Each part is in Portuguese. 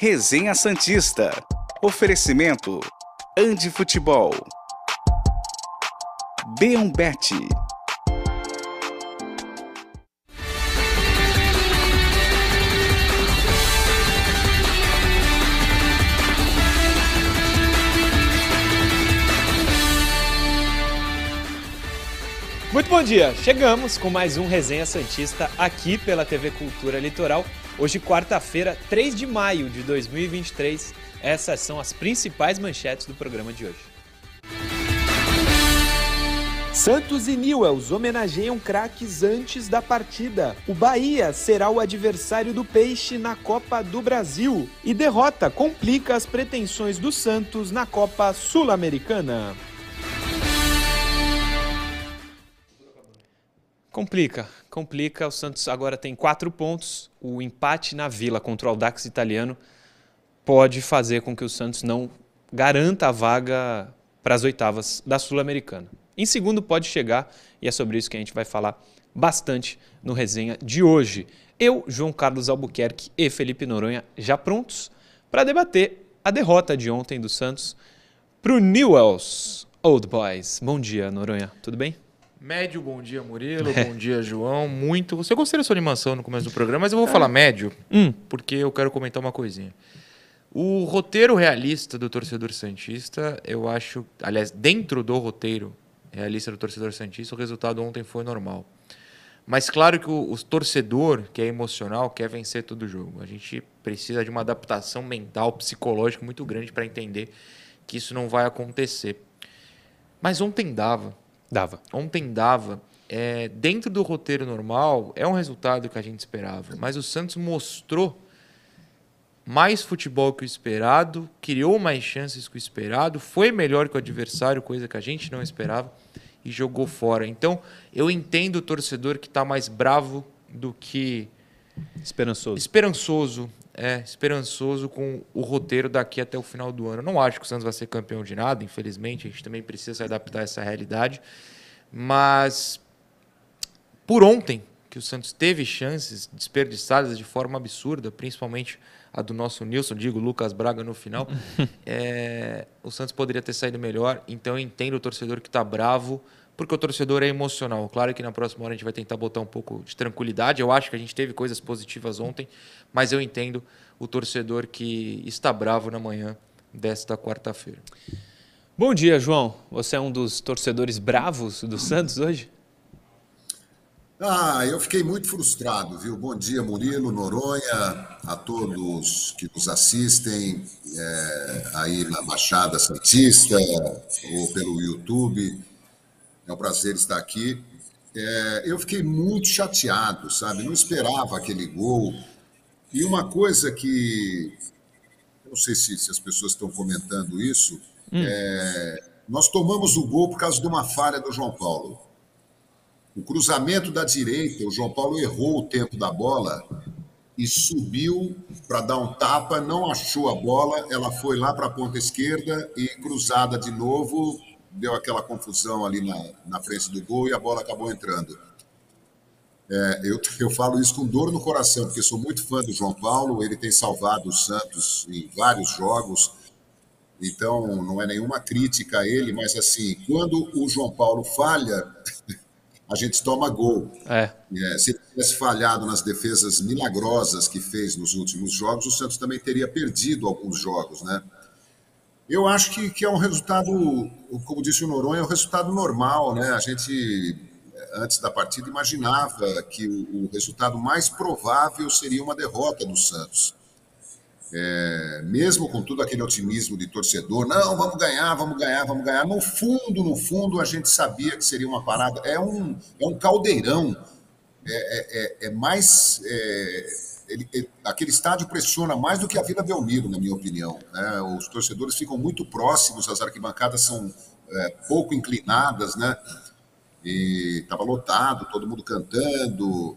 Resenha Santista. Oferecimento Andi Futebol. B1Bet. Muito bom dia! Chegamos com mais um Resenha Santista aqui pela TV Cultura Litoral. Hoje, quarta-feira, 3 de maio de 2023. Essas são as principais manchetes do programa de hoje. Santos e Newell's homenageiam craques antes da partida. O Bahia será o adversário do Peixe na Copa do Brasil. E derrota complica as pretensões do Santos na Copa Sul-Americana. Complica. O Santos agora tem 4 pontos. O empate na Vila contra o Audax Italiano pode fazer com que o Santos não garanta a vaga para as oitavas da Sul-Americana. Em segundo pode chegar, e é sobre isso que a gente vai falar bastante no resenha de hoje. Eu, João Carlos Albuquerque e Felipe Noronha já prontos para debater a derrota de ontem do Santos para o Newell's Old Boys. Bom dia, Noronha. Tudo bem? Médio, bom dia, Murilo, bom dia, João. Você gostei da sua animação no começo do programa, mas eu vou falar médio, porque eu quero comentar uma coisinha. O roteiro realista do torcedor santista, eu acho... Aliás, dentro do roteiro realista do torcedor santista, o resultado ontem foi normal. Mas claro que o torcedor, que é emocional, quer vencer todo o jogo. A gente precisa de uma adaptação mental, psicológica muito grande para entender que isso não vai acontecer. Mas ontem dava. Ontem dava. Dentro do roteiro normal, é um resultado que a gente esperava. Mas o Santos mostrou mais futebol que o esperado, criou mais chances que o esperado, foi melhor que o adversário, coisa que a gente não esperava, e jogou fora. Então, eu entendo o torcedor que está mais bravo do que... Esperançoso com o roteiro daqui até o final do ano. Eu não acho que o Santos vai ser campeão de nada, infelizmente. A gente também precisa se adaptar a essa realidade. Mas, por ontem, que o Santos teve chances desperdiçadas de forma absurda, principalmente a do nosso Nilson, Lucas Braga no final, o Santos poderia ter saído melhor. Então, eu entendo o torcedor que está bravo, porque o torcedor é emocional. Claro que na próxima hora a gente vai tentar botar um pouco de tranquilidade. Eu acho que a gente teve coisas positivas ontem, mas eu entendo o torcedor que está bravo na manhã desta quarta-feira. Bom dia, João. Você é um dos torcedores bravos do Santos hoje? Eu fiquei muito frustrado, viu? Bom dia, Murilo, Noronha, a todos que nos assistem aí na Baixada Santista ou pelo YouTube. É um prazer estar aqui. Eu fiquei muito chateado, sabe? Não esperava aquele gol. E uma coisa que... Eu não sei se as pessoas estão comentando isso. Nós tomamos o gol por causa de uma falha do João Paulo. O cruzamento da direita, o João Paulo errou o tempo da bola e subiu para dar um tapa, não achou a bola, ela foi lá para a ponta esquerda e cruzada de novo... Deu aquela confusão ali na frente do gol e a bola acabou entrando. Eu falo isso com dor no coração, porque sou muito fã do João Paulo, ele tem salvado o Santos em vários jogos, então não é nenhuma crítica a ele, mas assim, quando o João Paulo falha, a gente toma gol. Se ele tivesse falhado nas defesas milagrosas que fez nos últimos jogos, o Santos também teria perdido alguns jogos, né? Eu acho que é um resultado, como disse o Noronha, é um resultado normal, né? A gente, antes da partida, imaginava que o resultado mais provável seria uma derrota do Santos. Mesmo com todo aquele otimismo de torcedor, não, vamos ganhar. No fundo, a gente sabia que seria uma parada. É um caldeirão. Aquele estádio pressiona mais do que a Vila Belmiro, na minha opinião, né? Os torcedores ficam muito próximos, as arquibancadas são pouco inclinadas, né? E estava lotado, todo mundo cantando.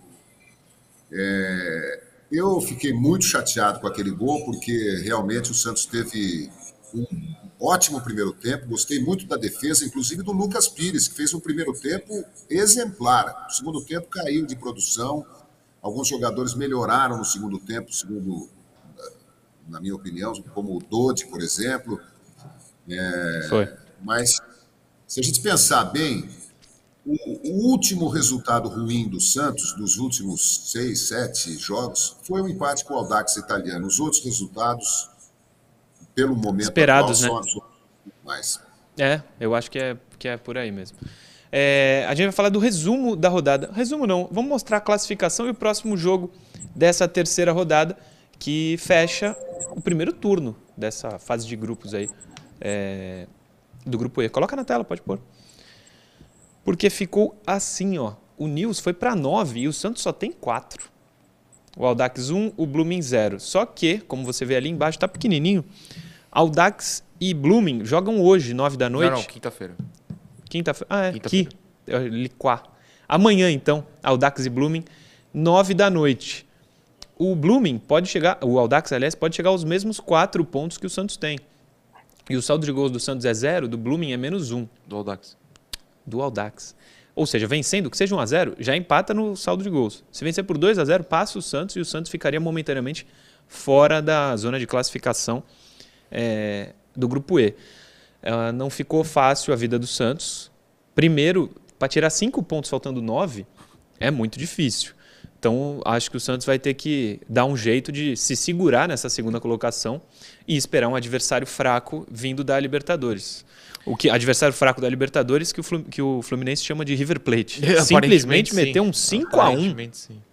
Eu fiquei muito chateado com aquele gol, porque realmente o Santos teve um ótimo primeiro tempo, gostei muito da defesa, inclusive do Lucas Pires, que fez um primeiro tempo exemplar. No segundo tempo caiu de produção. Alguns jogadores melhoraram no segundo tempo, segundo, na minha opinião, como o Dodi, por exemplo. Foi. Mas, se a gente pensar bem, o último resultado ruim do Santos, dos últimos 6, 7 jogos, foi o empate com o Audax italiano. Os outros resultados, pelo momento esperados, atual, né? são mais. Eu acho que é por aí mesmo. A gente vai falar do resumo da rodada. Resumo não, vamos mostrar a classificação e o próximo jogo dessa terceira rodada, que fecha o primeiro turno dessa fase de grupos aí, do grupo E. Coloca na tela, pode pôr. Porque ficou assim, ó. O Nils foi para 9 e o Santos só tem 4. O Audax 1, o Blooming 0. Só que, como você vê ali embaixo, tá pequenininho. Audax e Blooming jogam hoje, 9 da noite. Não, quinta-feira. Quinta-feira. Quinta-feira. Liquá. Amanhã, então, Audax e Blooming, 9 da noite. O Blooming pode chegar, o Audax, aliás, pode chegar aos mesmos 4 pontos que o Santos tem. E o saldo de gols do Santos é 0, do Blooming é -1. Do Audax. Ou seja, vencendo, que seja 1-0, já empata no saldo de gols. Se vencer por 2-0, passa o Santos e o Santos ficaria momentaneamente fora da zona de classificação do grupo E. Não ficou fácil a vida do Santos. Primeiro, para tirar 5 pontos faltando 9, é muito difícil. Então, acho que o Santos vai ter que dar um jeito de se segurar nessa segunda colocação e esperar um adversário fraco vindo da Libertadores. Adversário fraco da Libertadores que o Fluminense chama de River Plate. Simplesmente meteu um 5-1.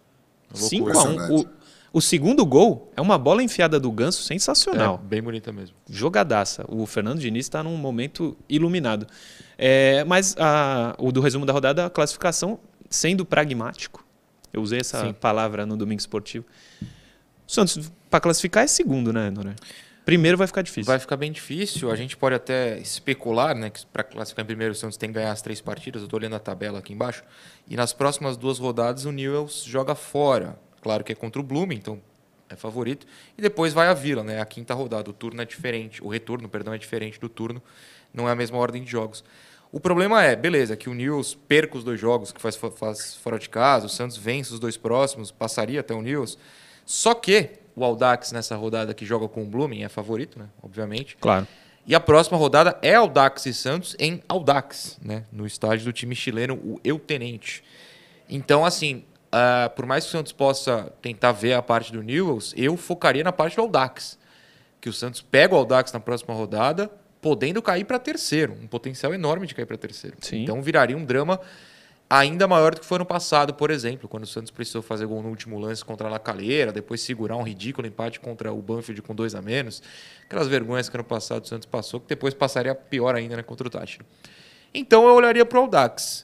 5-1. O segundo gol é uma bola enfiada do Ganso sensacional. Bem bonita mesmo. Jogadaça. O Fernando Diniz está num momento iluminado. Mas o do resumo da rodada, a classificação sendo pragmático. Eu usei essa palavra no Domingo Esportivo. O Santos, para classificar, é segundo, né, Noronha? Primeiro vai ficar difícil. Vai ficar bem difícil. A gente pode até especular, né, que para classificar em primeiro o Santos tem que ganhar as 3 partidas. Eu estou olhando a tabela aqui embaixo. E nas próximas 2 rodadas o Newell's joga fora. Claro que é contra o Blooming, então é favorito. E depois vai a Vila, né? A 5ª rodada. O turno é diferente. O retorno, perdão, é diferente do turno. Não é a mesma ordem de jogos. O problema é, beleza, que o Newell's perca os 2 jogos que faz fora de casa, o Santos vence os 2 próximos, passaria até o Newell's. Só que o Audax nessa rodada que joga com o Blooming é favorito, né? Obviamente. Claro. E a próxima rodada é Audax e Santos em Audax, né? No estádio do time chileno, o El Tenente. Então, assim, por mais que o Santos possa tentar ver a parte do Newell's, eu focaria na parte do Audax. Que o Santos pega o Audax na próxima rodada, podendo cair para terceiro. Um potencial enorme de cair para terceiro. Sim. Então viraria um drama ainda maior do que foi no passado, por exemplo, quando o Santos precisou fazer gol no último lance contra a La Calera, depois segurar um ridículo empate contra o Banfield com 2 a menos. Aquelas vergonhas que ano passado o Santos passou, que depois passaria pior ainda, né, contra o Táchira. Então eu olharia para o Audax.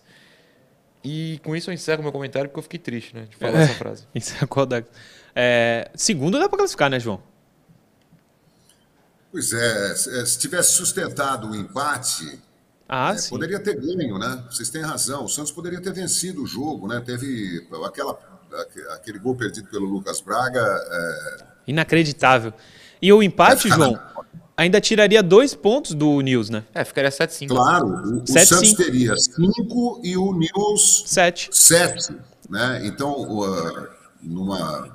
E com isso eu encerro meu comentário, porque eu fiquei triste, né, de falar essa frase. Encerra com o Audax. Segundo dá para classificar, né, João? Pois se tivesse sustentado o empate, poderia ter ganho, né? Vocês têm razão. O Santos poderia ter vencido o jogo, né? Teve aquele gol perdido pelo Lucas Braga. Inacreditável. E o empate, João, ainda tiraria 2 pontos do Newell's, né? Ficaria 7-5. Claro, o Santos teria 5 e o Newell's 7. Né? Então, numa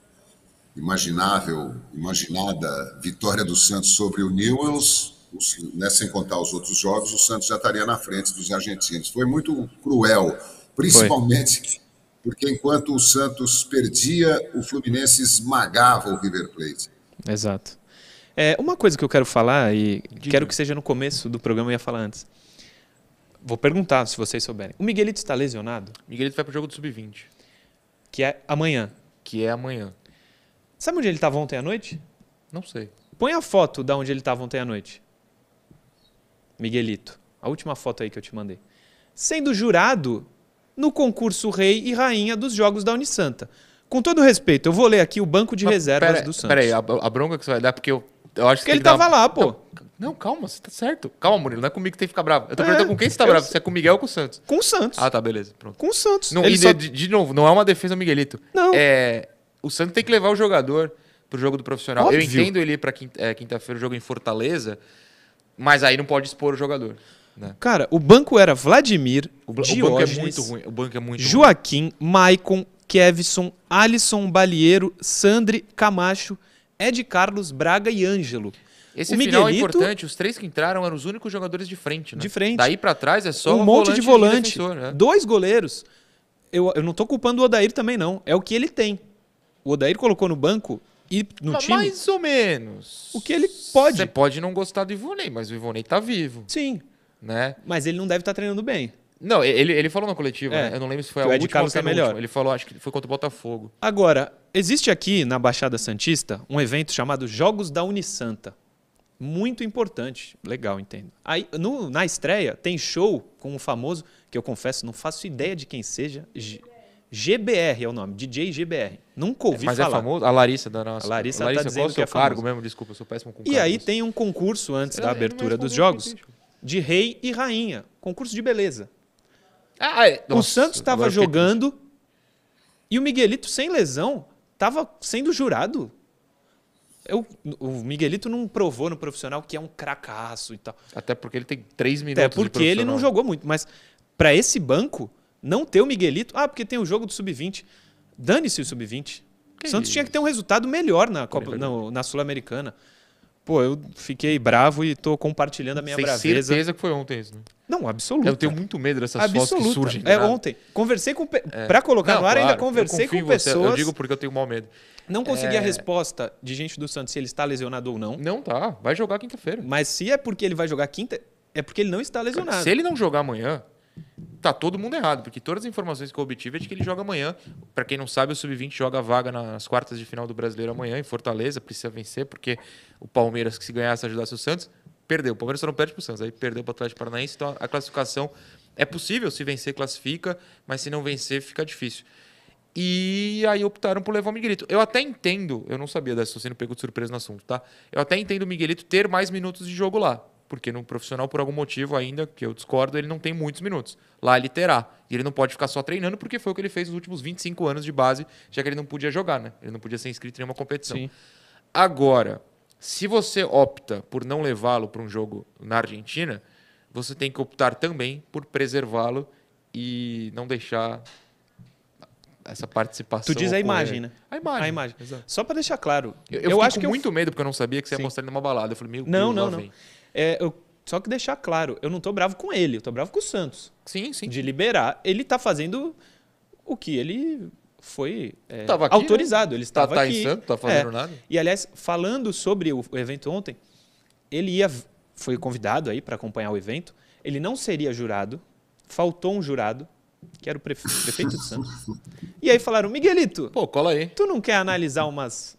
imaginada vitória do Santos sobre o Newell's, né, sem contar os outros jogos, o Santos já estaria na frente dos argentinos. Foi muito cruel, principalmente porque enquanto o Santos perdia, o Fluminense esmagava o River Plate. Exato. Uma coisa que eu quero falar, e quero que seja no começo do programa, eu ia falar antes. Vou perguntar se vocês souberem. O Miguelito está lesionado? O Miguelito vai para o jogo do Sub-20. Que é amanhã. Sabe onde ele estava ontem à noite? Não sei. Põe a foto de onde ele estava ontem à noite. Miguelito. A última foto aí que eu te mandei. Sendo jurado no concurso Rei e Rainha dos Jogos da Unisanta. Com todo respeito, eu vou ler aqui o banco de reservas do Santos. Peraí, a bronca que você vai dar, porque eu acho que ele estava lá, pô. Não, calma, você tá certo. Calma, Murilo, não é comigo que tem que ficar bravo. Eu tô perguntando com quem você tá bravo, se é com o Miguel ou com o Santos? Com o Santos. Ah, tá, beleza, pronto. Com o Santos. Não, de novo, não é uma defesa do Miguelito. Não. O Santos tem que levar o jogador pro jogo do profissional. Óbvio. Eu entendo ele ir pra quinta-feira o jogo em Fortaleza, mas aí não pode expor o jogador. Né? Cara, o banco era Vladimir, o banco é muito ruim. O banco é muito Joaquim, Maicon, Kevson, Alisson, Balieiro, Sandri, Camacho, Ed Carlos, Braga e Ângelo. Esse final é importante, os 3 que entraram eram os únicos jogadores de frente, né? De frente. Daí pra trás é só um monte de volante, defensor, né? 2 goleiros. Eu não tô culpando o Odair também, não. É o que ele tem. O Odair colocou no banco e no time... Mais ou menos. O que ele pode. Você pode não gostar do Ivonei, mas o Ivonei tá vivo. Sim. Né? Mas ele não deve estar treinando bem. Não, ele falou na coletiva, né? Eu não lembro se foi a o Ed última Carlos ou a tá melhor. Ele falou, acho que foi contra o Botafogo. Agora, existe aqui na Baixada Santista um evento chamado Jogos da Unisanta. Muito importante. Legal, entendo. Aí, na estreia, tem show com o famoso, que eu confesso, não faço ideia de quem seja, GBR é o nome, DJ GBR. Nunca ouvi mas falar. Mas é famoso? A Larissa da nossa. A Larissa tá dizendo qual é o que é seu cargo famoso. mesmo? Desculpa, eu sou péssimo com E cargos. aí tem um concurso antes da abertura dos jogos de rei e rainha. Concurso de beleza. O Santos estava jogando e o Miguelito, sem lesão, estava sendo jurado. O Miguelito não provou no profissional que é um cracaço e tal. Até porque ele tem 3 minutos Até porque ele não jogou muito. Mas para esse banco, não ter o Miguelito... porque tem o jogo do Sub-20. Dane-se o Sub-20. O Santos tinha que ter um resultado melhor na Copa, na Sul-Americana. Pô, eu fiquei bravo e tô compartilhando a minha braveza. Tem certeza que foi ontem isso, né? Não, absoluto. Eu tenho muito medo dessas fotos que surgem. Ontem. Conversei com... Pra colocar no ar, ainda conversei com pessoas... Eu digo porque eu tenho mau medo. Não consegui a resposta de gente do Santos se ele está lesionado ou não. Não tá. Vai jogar quinta-feira. Mas se é porque ele vai jogar quinta, é porque ele não está lesionado. Se ele não jogar amanhã, tá todo mundo errado. Porque todas as informações que eu obtive é de que ele joga amanhã. Pra quem não sabe, o Sub-20 joga vaga nas quartas de final do Brasileiro amanhã, em Fortaleza. Precisa vencer, porque o Palmeiras, que se ganhasse, ajudasse o Santos, perdeu. O Palmeiras só não perde pro Santos. Aí perdeu pro Atlético Paranaense. Então a classificação é possível. Se vencer, classifica. Mas se não vencer, fica difícil. E aí optaram por levar o Miguelito. Eu até entendo, eu não sabia dessa, estou sendo pego de surpresa no assunto, tá? Eu até entendo o Miguelito ter mais minutos de jogo lá. Porque no profissional, por algum motivo ainda, que eu discordo, ele não tem muitos minutos. Lá ele terá. E ele não pode ficar só treinando, porque foi o que ele fez nos últimos 25 anos de base, já que ele não podia jogar, né? Ele não podia ser inscrito em nenhuma competição. Sim. Agora, se você opta por não levá-lo para um jogo na Argentina, você tem que optar também por preservá-lo e não deixar... essa participação. Tu diz a imagem, né? A imagem. A imagem. Exato. Só para deixar claro. Eu acho com muito medo, porque eu não sabia que você ia mostrar ele numa balada. Eu falei, meu Deus, lá vem. Só que deixar claro, eu não tô bravo com ele, eu tô bravo com o Santos. Sim, sim. De liberar. Ele tá fazendo o que ele foi aqui, autorizado. Ele estava tá aqui. Em Santos, tá fazendo nada. E, aliás, falando sobre o evento ontem, ele foi convidado aí para acompanhar o evento. Ele não seria jurado. Faltou um jurado, que era o prefeito de Santos. E aí falaram, Miguelito, pô, cola aí. Tu não quer analisar umas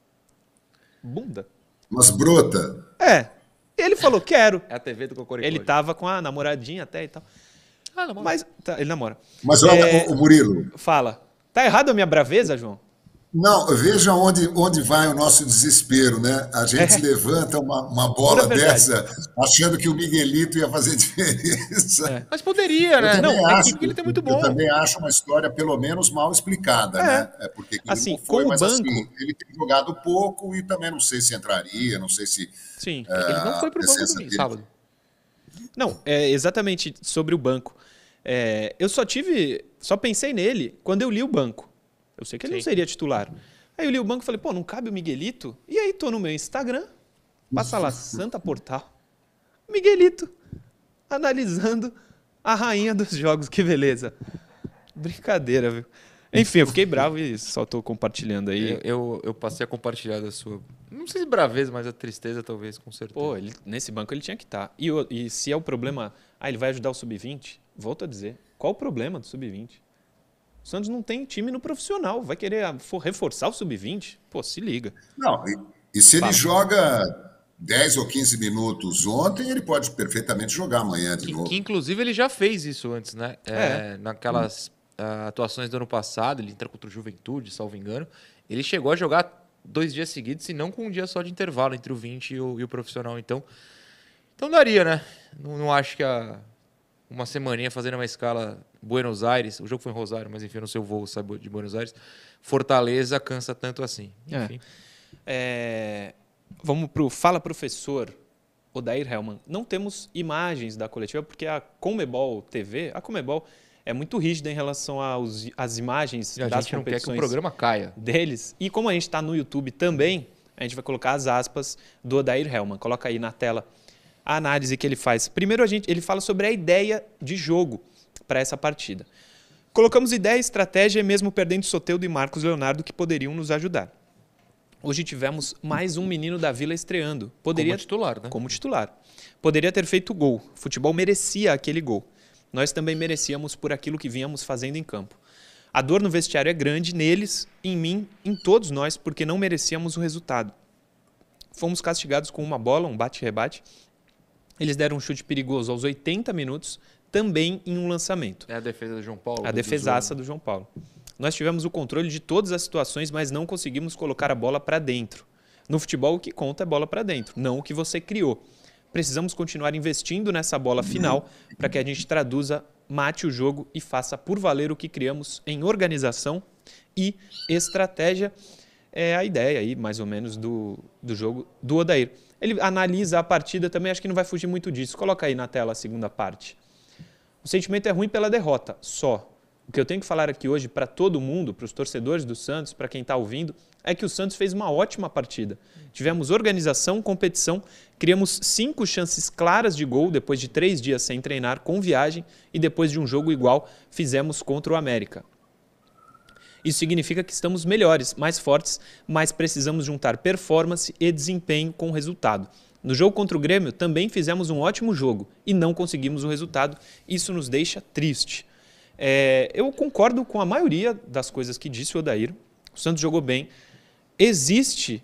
bunda? Umas brota? Ele falou, quero. É a TV do Cocoricó. Ele tava com a namoradinha até e tal. Namora. Mas ele namora. Mas olha, o Murilo... Fala. Tá errado a minha braveza, João? Não, veja onde vai o nosso desespero, né? A gente levanta uma bola dessa achando que o Miguelito ia fazer diferença. Mas poderia, né? A equipe dele é muito bom. Eu também acho uma história, pelo menos, mal explicada, né? Porque assim, ele não foi, com mas o banco... assim, ele tem jogado pouco e também não sei se entraria, não sei se... Sim, ele não foi pro banco domingo, sábado. Não, exatamente sobre o banco. Eu só pensei nele quando eu li o banco. Eu sei que ele não seria titular. Aí eu li o banco e falei, pô, não cabe o Miguelito? E aí tô no meu Instagram, passa lá, Santa Portal, Miguelito, analisando a rainha dos jogos, que beleza. Brincadeira, viu? Enfim, eu fiquei bravo e só tô compartilhando aí. Eu passei a compartilhar da sua, não sei se braveza, mas a tristeza talvez, com certeza. Pô, nesse banco ele tinha que estar. E se é o problema, ele vai ajudar o Sub-20, volto a dizer, qual o problema do Sub-20? O Santos não tem time no profissional. Vai querer reforçar o Sub-20? Pô, se liga. Não, e se ele joga 10 ou 15 minutos ontem, ele pode perfeitamente jogar amanhã de novo. Que inclusive ele já fez isso antes, né? Naquelas atuações do ano passado, ele entra contra o Juventude, salvo engano. Ele chegou a jogar 2 dias seguidos, se não com um dia só de intervalo entre o 20 e o profissional. Então daria, né? Não acho que uma semaninha fazendo uma escala Buenos Aires, o jogo foi em Rosário, mas enfim, no seu voo sabe, de Buenos Aires, Fortaleza cansa tanto assim. Enfim. Vamos pro Fala Professor, Odair Hellmann. Não temos imagens da coletiva, porque a Conmebol TV, a Conmebol é muito rígida em relação às imagens das competições. A gente não quer que o programa caia. Deles. E como a gente está no YouTube também, A gente vai colocar as aspas do Odair Hellmann. Coloca aí na tela a análise que ele faz. Primeiro, ele fala sobre a ideia de jogo para essa partida. Colocamos ideia, estratégia e mesmo perdendo Soteldo e Marcos Leonardo que poderiam nos ajudar. Hoje tivemos mais um menino da Vila estreando. Como titular, né? Como titular. Poderia ter feito gol. O futebol merecia aquele gol. Nós também merecíamos por aquilo que vínhamos fazendo em campo. A dor no vestiário é grande neles, em mim, em todos nós, porque não merecíamos o resultado. Fomos castigados com uma bola, um bate-rebate. Eles deram um chute perigoso aos 80 minutos, também em um lançamento. É a defesa do João Paulo? A defesaça do João Paulo. Nós tivemos o controle de todas as situações, mas não conseguimos colocar a bola para dentro. No futebol, o que conta é bola para dentro, não o que você criou. Precisamos continuar investindo nessa bola final para que a gente traduza, mate o jogo e faça por valer o que criamos em organização e estratégia. É a ideia aí, mais ou menos, do jogo do Odair. Ele analisa a partida também, acho que não vai fugir muito disso. Coloca aí na tela a segunda parte. O sentimento é ruim pela derrota, só. O que eu tenho que falar aqui hoje para todo mundo, para os torcedores do Santos, para quem está ouvindo, é que o Santos fez uma ótima partida. Tivemos organização, competição, criamos 5 chances claras de gol depois de 3 dias sem treinar, com viagem, e depois de um jogo igual, fizemos contra o América. Isso significa que estamos melhores, mais fortes, mas precisamos juntar performance e desempenho com o resultado. No jogo contra o Grêmio, também fizemos um ótimo jogo e não conseguimos o resultado. Isso nos deixa triste. Eu concordo com a maioria das coisas que disse o Odair. O Santos jogou bem. Existe,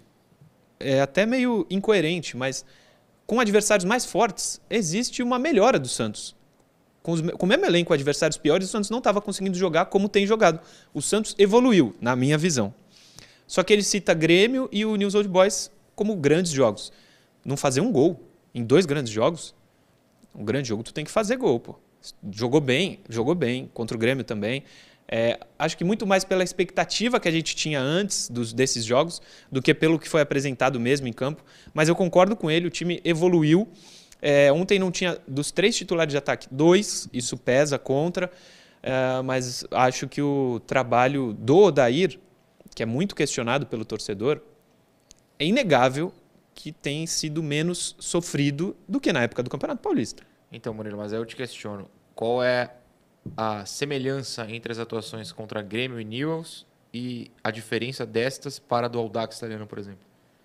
até meio incoerente, mas com adversários mais fortes, existe uma melhora do Santos. Com o mesmo elenco, adversários piores, o Santos não estava conseguindo jogar como tem jogado. O Santos evoluiu, na minha visão. Só que ele cita Grêmio e o News Old Boys como grandes jogos. Não fazer um gol em 2 grandes jogos, um grande jogo tu tem que fazer gol, pô. Jogou bem, contra o Grêmio também. Acho que muito mais pela expectativa que a gente tinha antes desses jogos do que pelo que foi apresentado mesmo em campo. Mas eu concordo com ele, o time evoluiu. Ontem não tinha, dos 3 titulares de ataque, 2, isso pesa contra. Mas acho que o trabalho do Odair, que é muito questionado pelo torcedor, é inegável que tem sido menos sofrido do que na época do Campeonato Paulista. Então, Murilo, mas aí eu te questiono. Qual é a semelhança entre as atuações contra Grêmio e Newell's e a diferença destas para a do Audax italiano, por exemplo?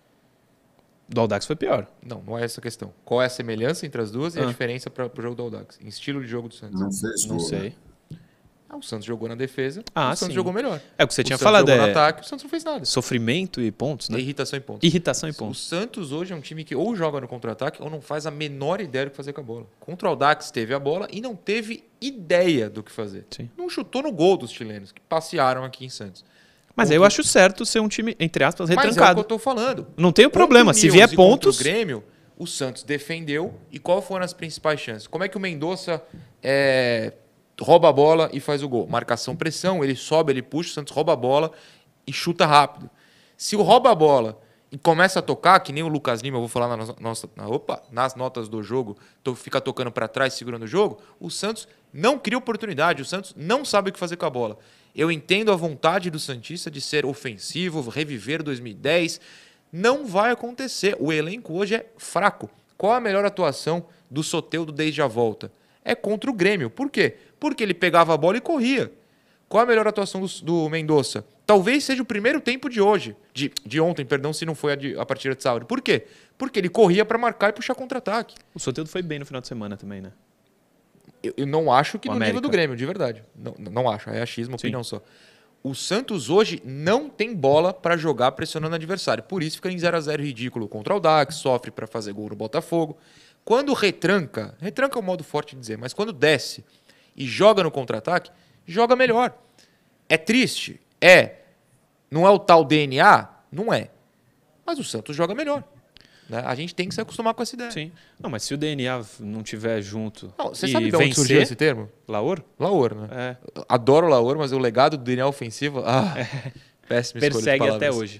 Do Audax foi pior. Não é essa a questão. Qual é a semelhança entre as duas e a diferença para o jogo do Audax? Em estilo de jogo do Santos? Não sei. O Santos jogou na defesa, o Santos sim. jogou melhor. O que você tinha falado jogou no ataque, o Santos não fez nada. Sofrimento e pontos, né? Irritação e pontos. Irritação e pontos. O Santos hoje é um time que ou joga no contra-ataque ou não faz a menor ideia do que fazer com a bola. Contra o Audax teve a bola e não teve ideia do que fazer. Sim. Não chutou no gol dos chilenos, que passearam aqui em Santos. Mas eu acho certo ser um time, entre aspas, retrancado. Mas é o que eu tô falando. Não tem o problema. Se vier pontos... Contra o Grêmio, o Santos defendeu. E qual foram as principais chances? Como é que o Mendonça rouba a bola e faz o gol? Marcação, pressão, ele sobe, ele puxa, o Santos rouba a bola e chuta rápido. Se o rouba a bola e começa a tocar, que nem o Lucas Lima, eu vou falar nas notas do jogo, fica tocando para trás, segurando o jogo, o Santos não cria oportunidade, o Santos não sabe o que fazer com a bola. Eu entendo a vontade do santista de ser ofensivo, reviver 2010. Não vai acontecer. O elenco hoje é fraco. Qual a melhor atuação do Soteldo desde a volta? É contra o Grêmio. Por quê? Porque ele pegava a bola e corria. Qual a melhor atuação do Mendonça? Talvez seja o primeiro tempo de hoje. De ontem, perdão, se não foi a partida de sábado. Por quê? Porque ele corria para marcar e puxar contra-ataque. O Soteldo foi bem no final de semana também, né? Eu não acho que no nível do Grêmio, de verdade. Não acho. É achismo, opinião só. O Santos hoje não tem bola para jogar pressionando o adversário. Por isso fica em 0-0 ridículo contra o Audax, sofre para fazer gol no Botafogo. Quando retranca é um modo forte de dizer, mas quando desce e joga no contra-ataque, joga melhor. É triste? Não é o tal DNA? Não é. Mas o Santos joga melhor. Né? A gente tem que se acostumar com essa ideia. Sim. Não, mas se o DNA não tiver junto você sabe de onde surgiu esse termo? Laor? Laor, né? Adoro o Laor, mas o legado do DNA ofensivo... péssimo escolha de persegue palavras. até hoje.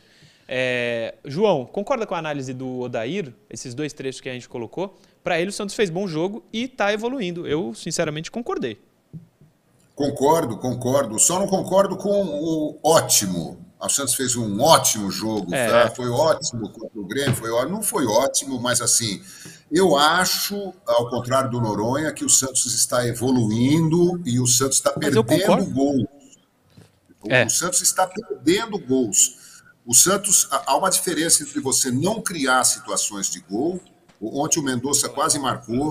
João, concorda com a análise do Odair? Esses 2 trechos que a gente colocou? Para ele, o Santos fez bom jogo e está evoluindo. Eu, sinceramente, concordei. Concordo. Só não concordo com o ótimo. O Santos fez um ótimo jogo, foi ótimo contra o Grêmio, não foi ótimo, mas assim, eu acho, ao contrário do Noronha, que o Santos está evoluindo e o Santos está perdendo gols. O Santos está perdendo gols. O Santos, há uma diferença entre você não criar situações de gol. Ontem o Mendonça quase marcou.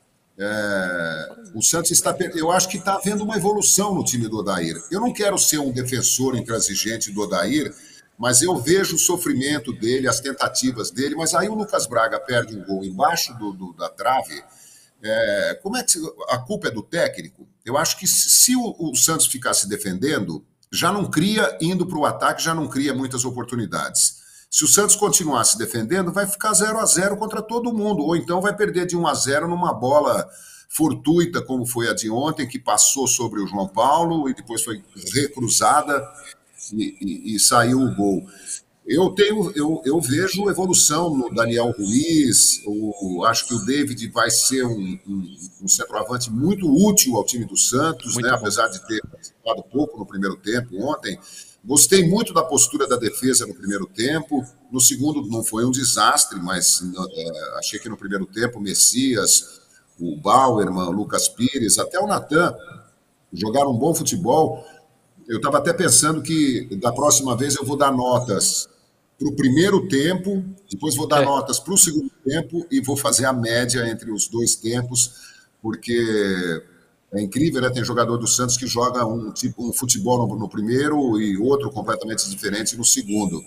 O Santos eu acho que está havendo uma evolução no time do Odair. Eu não quero ser um defensor intransigente do Odair, mas eu vejo o sofrimento dele, as tentativas dele, mas aí o Lucas Braga perde um gol embaixo da trave. Como é que a culpa é do técnico? Eu acho que se o Santos ficar se defendendo, já não cria, indo para o ataque, já não cria muitas oportunidades. Se o Santos continuar se defendendo, vai ficar 0-0 contra todo mundo, ou então vai perder de 1-0 numa bola fortuita, como foi a de ontem, que passou sobre o João Paulo e depois foi recruzada e saiu o gol. Eu vejo evolução no Daniel Ruiz, acho que o David vai ser um centroavante muito útil ao time do Santos, né? Apesar de ter participado pouco no primeiro tempo ontem. Gostei muito da postura da defesa no primeiro tempo. No segundo não foi um desastre, mas achei que no primeiro tempo o Messias, o Bauerman, o Lucas Pires, até o Natan jogaram um bom futebol. Eu estava até pensando que da próxima vez eu vou dar notas para o primeiro tempo, depois vou dar notas para o segundo tempo e vou fazer a média entre os dois tempos, porque é incrível, né? Tem jogador do Santos que joga um futebol no primeiro e outro completamente diferente no segundo.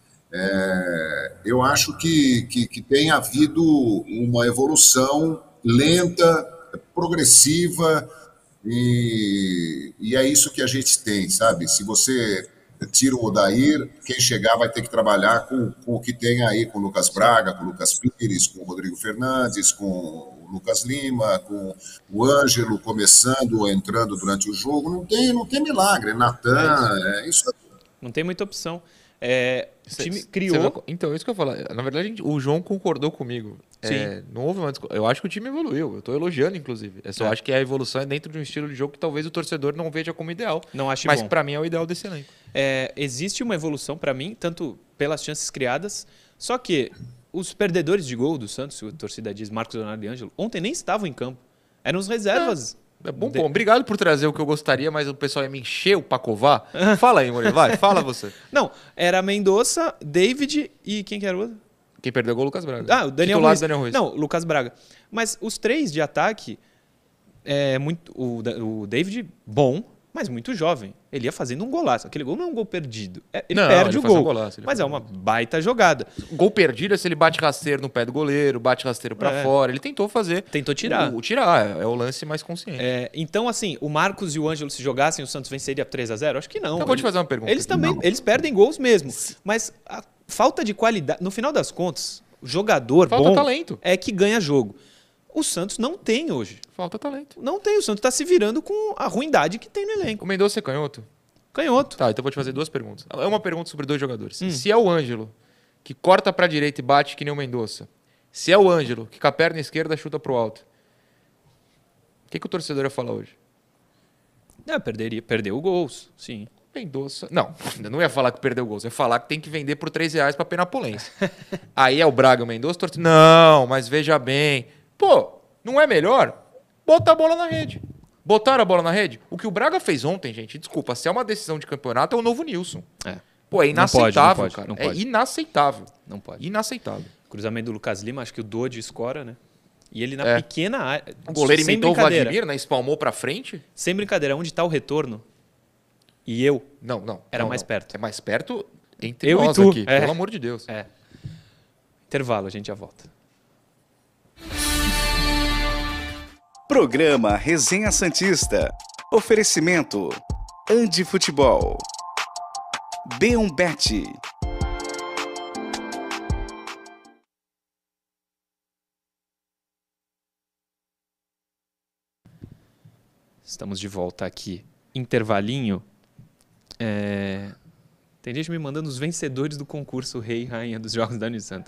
Eu acho que tem havido uma evolução lenta, progressiva, e é isso que a gente tem, sabe? Se você tira o Odair, quem chegar vai ter que trabalhar com o que tem aí, com o Lucas Braga, com o Lucas Pires, com o Rodrigo Fernandes, com o Lucas Lima, com o Ângelo começando ou entrando durante o jogo. Não tem milagre, Natan, isso. Não tem muita opção. O time criou... Então, é isso que eu falo. Na verdade, o João concordou comigo. Não houve eu acho que o time evoluiu. Eu estou elogiando, inclusive. Eu só acho que a evolução é dentro de um estilo de jogo que talvez o torcedor não veja como ideal. Não acho mas bom. Para mim é o ideal desse elenco. Existe uma evolução para mim, tanto pelas chances criadas, só que os perdedores de gol do Santos, a torcida diz, Marcos Leonardo e Ângelo, ontem nem estavam em campo. Eram os reservas. Bom, obrigado por trazer o que eu gostaria, mas o pessoal ia me encher o Pacovar. Fala aí, Murilo, vai, fala você. Não, era Mendonça, David e quem que era o outro? Quem perdeu o gol, Lucas Braga. O Daniel Ruiz. Não, Lucas Braga. Mas os três de ataque, o David, bom, mas muito jovem. Ele ia fazendo um golaço. Aquele gol não é um gol perdido. Ele perde o gol. Mas é uma baita jogada. Gol perdido é se ele bate rasteiro no pé do goleiro, bate rasteiro pra fora. Ele tentou fazer. Tentou tirar. É o lance mais consciente. Então, assim, o Marcos e o Ângelo, se jogassem, o Santos venceria 3-0? Acho que não. Eu vou te fazer uma pergunta. Eles perdem gols mesmo. Mas a falta de qualidade... No final das contas, o jogador bom talento. É que ganha jogo. O Santos não tem hoje. Falta talento. Não tem. O Santos está se virando com a ruindade que tem no elenco. O Mendonça é canhoto? Canhoto. Tá, então eu vou te fazer duas perguntas. É uma pergunta sobre dois jogadores. Se é o Ângelo, que corta pra direita e bate que nem o Mendonça. Se é o Ângelo, que com a perna esquerda chuta pro alto. O que o torcedor ia falar hoje? Perdeu gols, sim. Mendonça... Não, eu não ia falar que perdeu gols. Eu ia falar que tem que vender por R$3 pra Penapolense. Aí é o Braga e o Mendonça. Não, mas veja bem... Pô, não é melhor? Bota a bola na rede. Botaram a bola na rede? O que o Braga fez ontem, gente, desculpa, se é uma decisão de campeonato, é o novo Nilson. Pô, é inaceitável, cara. Não pode. É inaceitável. Não pode. Inaceitável. Cruzamento do Lucas Lima, acho que o Dodge escora, né? E ele na pequena área... O goleiro imitou o Vladimir, né? Espalmou pra frente. Sem brincadeira, onde tá o retorno? E eu? Não. Era mais perto. É mais perto entre eu nós e tu. Aqui, pelo amor de Deus. Intervalo, a gente já volta. Programa Resenha Santista. Oferecimento Andi Futebol. B1Bet. Estamos de volta aqui. Intervalinho. Tem gente me mandando os vencedores do concurso Rei e Rainha dos Jogos da Unisanta.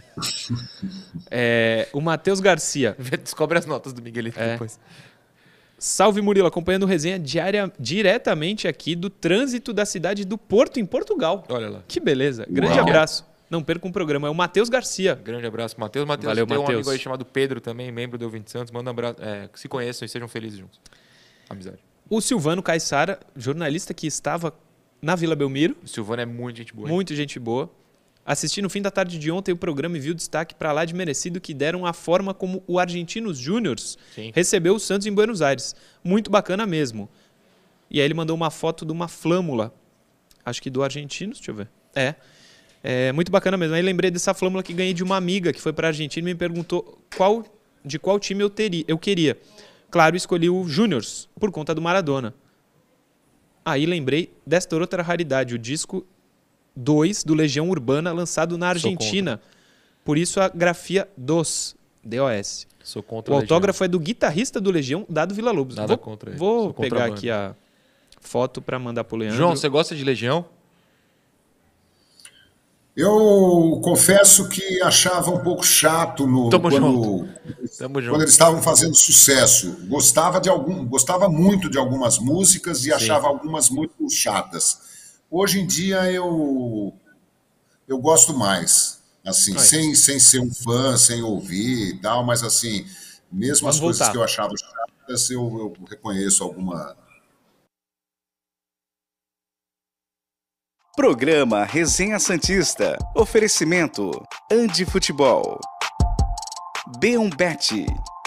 O Matheus Garcia. Descobre as notas do Miguelito depois. Salve Murilo, acompanhando o resenha diretamente aqui do trânsito da cidade do Porto, em Portugal. Olha lá. Que beleza. Grande abraço. Não perca um programa. É o Matheus Garcia. Grande abraço, Matheus. Valeu, tem um Matheus. amigo aí chamado Pedro também, membro do Ouvinte Santos. Manda um abraço. Que se conheçam e sejam felizes juntos. Amizade. O Silvano Caissara, jornalista que estava na Vila Belmiro. O Silvano é muito gente boa. Muito gente boa. Assisti no fim da tarde de ontem o programa e vi o destaque para lá de merecido que deram a forma como o Argentinos Júniors recebeu o Santos em Buenos Aires. Muito bacana mesmo. E aí ele mandou uma foto de uma flâmula. Acho que do Argentinos, deixa eu ver. É muito bacana mesmo. Aí lembrei dessa flâmula que ganhei de uma amiga que foi para a Argentina e me perguntou de qual time eu queria. Claro, escolhi o Júniors, por conta do Maradona. Aí lembrei desta outra raridade, o disco 2 do Legião Urbana, lançado na Argentina. Por isso a grafia DOS, D-O-S. Sou contra o autógrafo é do guitarrista do Legião, Dado Villa-Lobos. Nada contra ele. Vou pegar aqui a foto para mandar pro Leandro. João, você gosta de Legião? Eu confesso que achava um pouco chato quando eles estavam fazendo sucesso. Gostava muito de algumas músicas e achava algumas muito chatas. Hoje em dia eu gosto mais, assim, sem ser um fã, sem ouvir e tal, mas assim, mesmo as coisas que eu achava chatas, eu reconheço alguma. Programa Resenha Santista. Oferecimento Andi Futebol. B1Bet.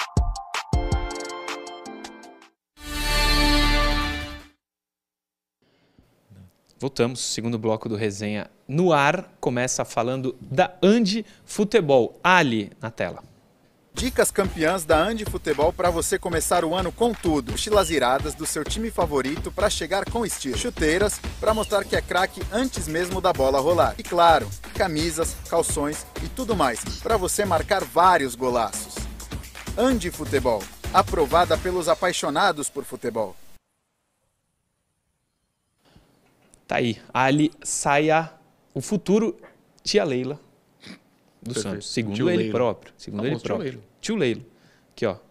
Voltamos, segundo bloco do Resenha no ar. Começa falando da Andi Futebol. Ali na tela. Dicas campeãs da Andi Futebol para você começar o ano com tudo. Mochilas iradas do seu time favorito para chegar com estilo. Chuteiras para mostrar que é craque antes mesmo da bola rolar. E claro, camisas, calções e tudo mais para você marcar vários golaços. Andi Futebol, aprovada pelos apaixonados por futebol. Tá aí, Ali saia o futuro tia Leila do Santos, segundo ele próprio. Tio Leilo. Aqui, ó.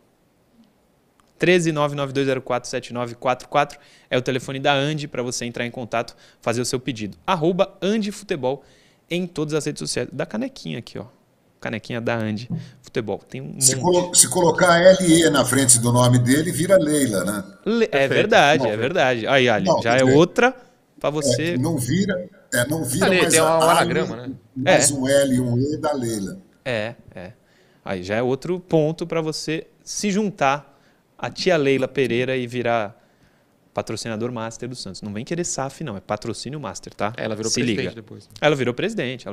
13992047944 é o telefone da Andi para você entrar em contato, fazer o seu pedido. @AndiFutebol em todas as redes sociais. Da canequinha aqui, ó. Canequinha da Andi Futebol. Tem um monte. Se colocar LE na frente do nome dele, vira Leila, né? É verdade, é verdade. Aí, Ali, já é outra para você... Não vira mais tem um anagrama, né? Mais um L e um E da Leila. Aí já é outro ponto para você se juntar à tia Leila Pereira e virar patrocinador master do Santos. Não vem querer SAF, não. É patrocínio master, tá? Ela virou presidente depois. Ela virou presidente.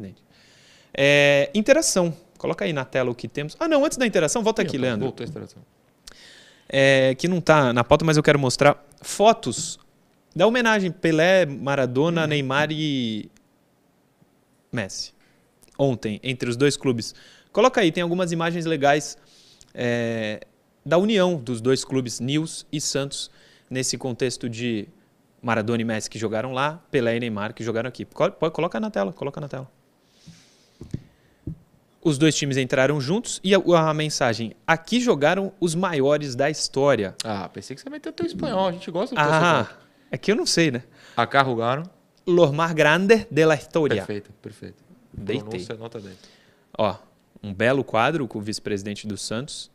Interação. Coloca aí na tela o que temos. Não, antes da interação, volta aqui, Leandro. Voltou a interação. Que não está na pauta, mas eu quero mostrar fotos da homenagem Pelé, Maradona, Neymar e Messi. Ontem, entre os dois clubes. Coloca aí, tem algumas imagens legais da união dos dois clubes, Nils e Santos, nesse contexto de Maradona e Messi que jogaram lá, Pelé e Neymar que jogaram aqui. Coloca na tela. Os dois times entraram juntos e a mensagem: aqui jogaram os maiores da história. Pensei que você meteu teu espanhol, a gente gosta do teu espanhol. É que eu não sei, né? Acá jogaram. Los más grandes de la historia. Perfeito. Deitei. Pronúncia, nota 10. Ó, um belo quadro com o vice-presidente do Santos.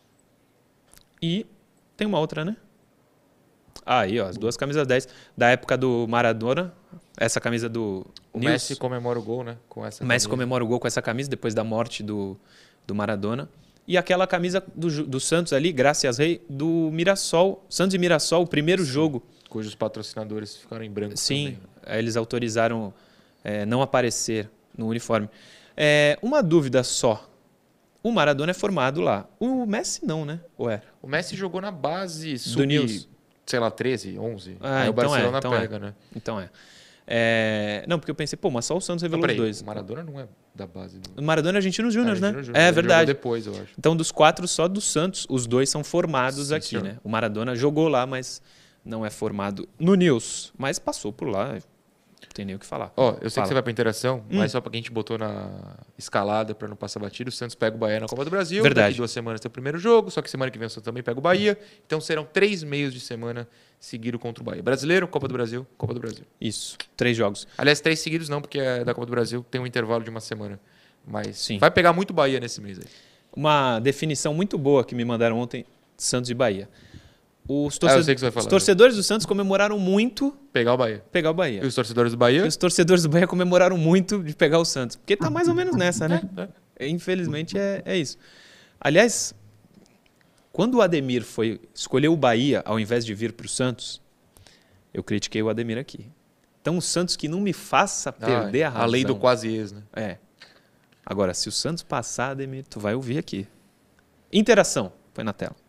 E tem uma outra, né? Aí, ó, as duas camisas 10 da época do Maradona. Essa camisa do Nils. Messi comemora o gol, né? Com essa o Messi comemora o gol com essa camisa depois da morte do Maradona. E aquela camisa do Santos ali, Gracias Rei, do Mirassol. Santos e Mirassol, o primeiro jogo. Cujos patrocinadores ficaram em branco. Sim, também. Eles autorizaram não aparecer no uniforme. Uma dúvida só. O Maradona é formado lá. O Messi não, né? Ou é? O Messi jogou na base do Nils. Sei lá, 13, 11. Aí o Barcelona pega, né? Então não, porque eu pensei, mas só o Santos revelou os dois. O Maradona não é da base do... O Maradona é Argentinos Júniors, né? É verdade. Depois, eu acho. Então, dos 4, só do Santos, os 2 são formados aqui, senhor. Né? O Maradona jogou lá, mas não é formado no Nils. Mas passou por lá, tem nem o que falar. Ó, eu sei Fala. que você vai pra interação, mas só pra quem a gente botou na escalada pra não passar batido, o Santos pega o Bahia na Copa do Brasil. Verdade. Daqui 2 semanas tem o primeiro jogo, só que semana que vem o Santos também pega o Bahia. Então serão 3 meios de semana seguidos contra o Bahia. Brasileiro, Copa do Brasil, Copa do Brasil. Isso, 3 jogos. Aliás, 3 seguidos não, porque é da Copa do Brasil, tem um intervalo de uma semana. Mas Sim. vai pegar muito Bahia nesse mês aí. Uma definição muito boa que me mandaram ontem, Santos e Bahia. Os, eu sei que você vai falar. os torcedores do Santos comemoraram muito Pegar o Bahia. pegar o Bahia. E os torcedores do Bahia? E os torcedores do Bahia comemoraram muito de pegar o Santos. Porque tá mais ou menos nessa, né? Infelizmente é isso. Aliás, quando o Ademir escolheu o Bahia ao invés de vir para o Santos, eu critiquei o Ademir aqui. Então o Santos que não me faça perder a razão. A lei do quase ex, né? É. Agora, se o Santos passar, Ademir, tu vai ouvir aqui. Interação. Põe na tela.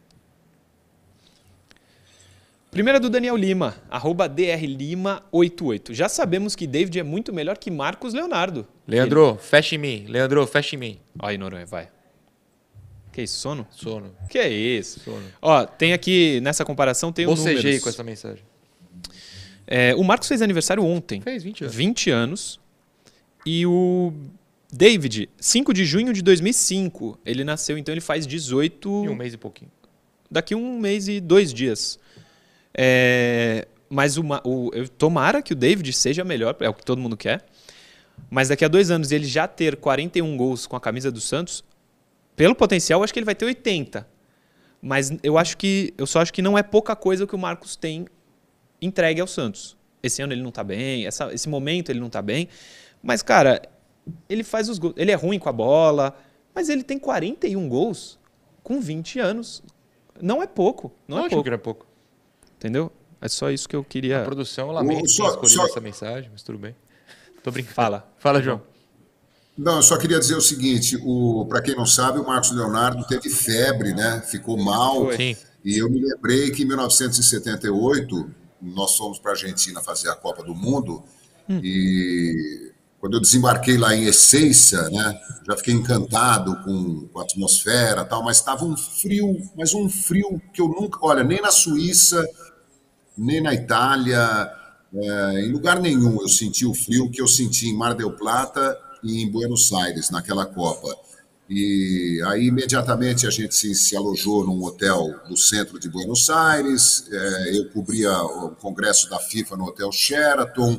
Primeira do Daniel Lima, @drlima88. Já sabemos que David é muito melhor que Marcos Leonardo. Leandro, fecha em mim. Leandro, fecha em mim. Aí, Noronha, vai. Que isso, sono? Sono. Que isso? Sono. Ó, tem aqui, nessa comparação, tem o Bocejei números. com essa mensagem. O Marcos fez aniversário ontem. Fez 20 anos. 20 anos. E o David, 5 de junho de 2005. Ele nasceu, então ele faz 18... E um mês e pouquinho. Daqui 1 mês e 2 dias. Mas tomara que o David seja melhor, é o que todo mundo quer. Mas daqui a 2 anos ele já ter 41 gols com a camisa do Santos, pelo potencial, eu acho que ele vai ter 80. Mas eu só acho que não é pouca coisa que o Marcos tem entregue ao Santos. Esse ano ele não tá bem, esse momento ele não tá bem. Mas, cara, ele faz os gols. Ele é ruim com a bola, mas ele tem 41 gols com 20 anos. Não é pouco. Não é pouco. Que era pouco. Entendeu? É só isso que eu queria... A produção, lamento ter escolhido essa mensagem, mas tudo bem. Tô brincando. Fala, João. Não, eu só queria dizer o seguinte, para quem não sabe, o Marcos Leonardo teve febre, né? Ficou mal. Sim. E eu me lembrei que em 1978, nós fomos para a Argentina fazer a Copa do Mundo, e quando eu desembarquei lá em Ezeiza, né, já fiquei encantado com a atmosfera e tal, mas estava um frio, mas um frio que eu nunca... Olha, nem na Suíça, nem na Itália, em lugar nenhum eu senti o frio que eu senti em Mar del Plata e em Buenos Aires, naquela Copa. E aí, imediatamente, a gente se alojou num hotel do centro de Buenos Aires, eu cobria o congresso da FIFA no Hotel Sheraton,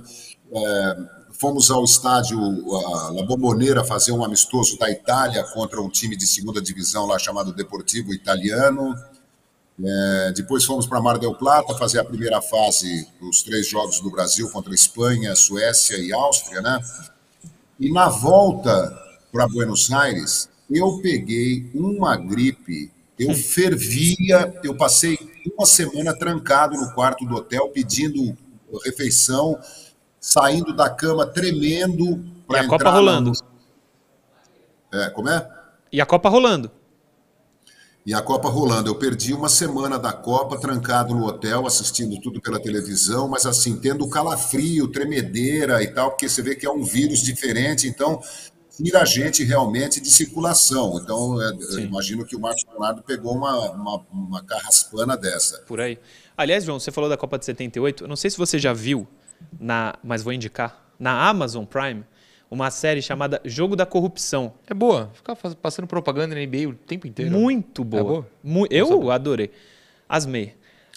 fomos ao estádio La Bombonera fazer um amistoso da Itália contra um time de segunda divisão lá chamado Deportivo Italiano. Depois fomos para Mar del Plata fazer a primeira fase dos 3 jogos do Brasil contra Espanha, Suécia e Áustria, né? E na volta para Buenos Aires, eu peguei uma gripe, eu fervia, eu passei 1 semana trancado no quarto do hotel pedindo refeição, saindo da cama tremendo para entrar... E a Copa rolando. Como é? E a Copa rolando. E a Copa rolando. Eu perdi 1 semana da Copa, trancado no hotel, assistindo tudo pela televisão, mas assim, tendo calafrio, tremedeira e tal, porque você vê que é um vírus diferente, então tira a gente realmente de circulação. Então, eu imagino que o Marcos Leonardo pegou uma carraspana dessa. Por aí. Aliás, João, você falou da Copa de 78, eu não sei se você já viu, mas vou indicar, na Amazon Prime, uma série chamada Jogo da Corrupção. É boa. Ficar passando propaganda na NBA o tempo inteiro. Muito boa. Eu adorei. Asmei.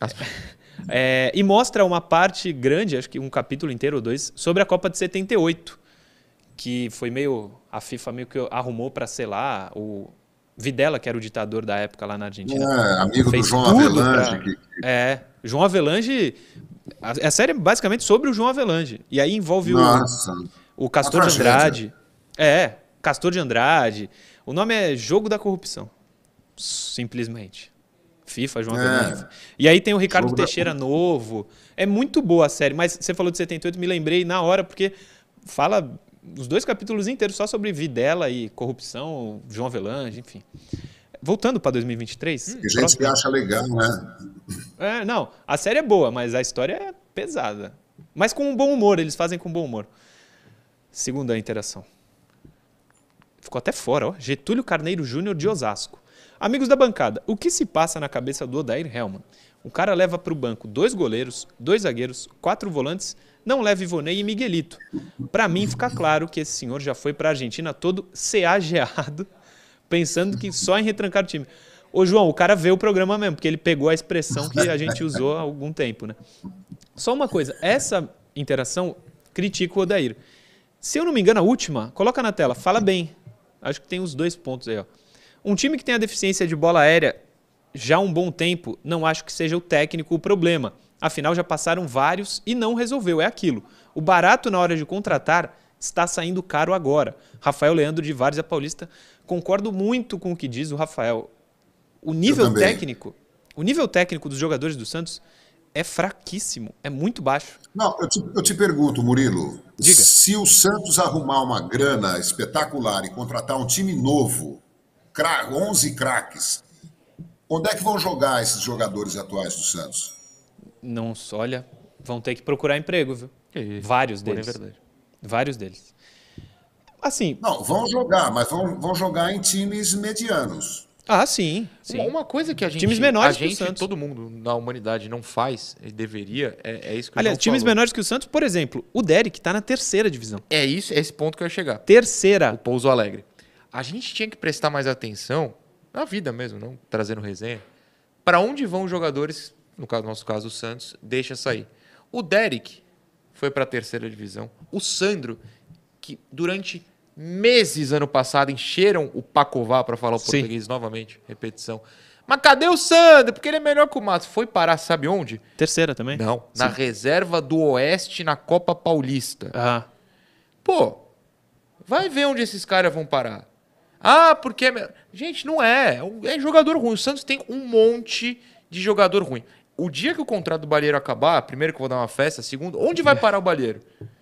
E mostra uma parte grande, acho que um capítulo inteiro ou 2, sobre a Copa de 78, que foi a FIFA meio que arrumou para selar o Videla, que era o ditador da época lá na Argentina. Amigo do João Avelange. João Avelange... A série é basicamente sobre o João Avelange. E aí envolve o Castor de Andrade. Castor de Andrade. O nome é Jogo da Corrupção. Simplesmente. FIFA, João Avelange. E aí tem o Ricardo Teixeira novo. É muito boa a série. Mas você falou de 78, me lembrei na hora, porque fala os 2 capítulos inteiros só sobre Videla e corrupção, João Avelange, enfim. Voltando para 2023... Tem gente que acha legal, né? Não, a série é boa, mas a história é pesada. Mas com um bom humor, eles fazem com bom humor. Segunda interação. Ficou até fora, ó. Getúlio Carneiro Júnior de Osasco. Amigos da bancada, o que se passa na cabeça do Odair Hellmann? O cara leva para o banco 2 goleiros, 2 zagueiros, 4 volantes, não leva Ivonei e Miguelito. Para mim fica claro que esse senhor já foi para a Argentina todo ceageado, pensando que só em retrancar o time. Ô João, o cara vê o programa mesmo, porque ele pegou a expressão que a gente usou há algum tempo, né? Só uma coisa, essa interação critica o Odair. Se eu não me engano, a última, coloca na tela, fala bem. Acho que tem os 2 pontos aí, ó. Um time que tem a deficiência de bola aérea já há um bom tempo, não acho que seja o técnico o problema. Afinal, já passaram vários e não resolveu, é aquilo. O barato na hora de contratar está saindo caro agora. Rafael Leandro de Várzea Paulista, concordo muito com o que diz o Rafael. O nível técnico dos jogadores do Santos é fraquíssimo, é muito baixo. Não, eu te pergunto, Murilo, Diga. Se o Santos arrumar uma grana espetacular e contratar um time novo, 11 craques, onde é que vão jogar esses jogadores atuais do Santos? Não, olha, vão ter que procurar emprego, viu? Vários deles. É verdade. Vários deles. Assim. Não, vão jogar, mas vão jogar em times medianos. Ah, sim. Uma coisa que a gente, times menores que o Santos. Todo mundo na humanidade não faz, e deveria, é isso que Aliás, times menores que o Santos, por exemplo, o Derek está na 3ª divisão. É esse ponto que eu ia chegar. 3ª. O Pouso Alegre. A gente tinha que prestar mais atenção, na vida mesmo, não trazendo resenha, para onde vão os jogadores, no nosso caso o Santos, deixa sair. O Derek foi para a 3ª divisão. O Sandro, que durante meses ano passado encheram o Pacová, para falar o português novamente, repetição. Mas cadê o Sandro? Porque ele é melhor que o Matos. Foi parar, sabe onde? 3ª também? Não, na reserva do Oeste na Copa Paulista. Ah. Pô, vai ver onde esses caras vão parar. Ah, porque... Gente, não é. É jogador ruim. O Santos tem um monte de jogador ruim. O dia que o contrato do Balheiro acabar, primeiro que eu vou dar uma festa, segundo, onde vai parar o Balheiro?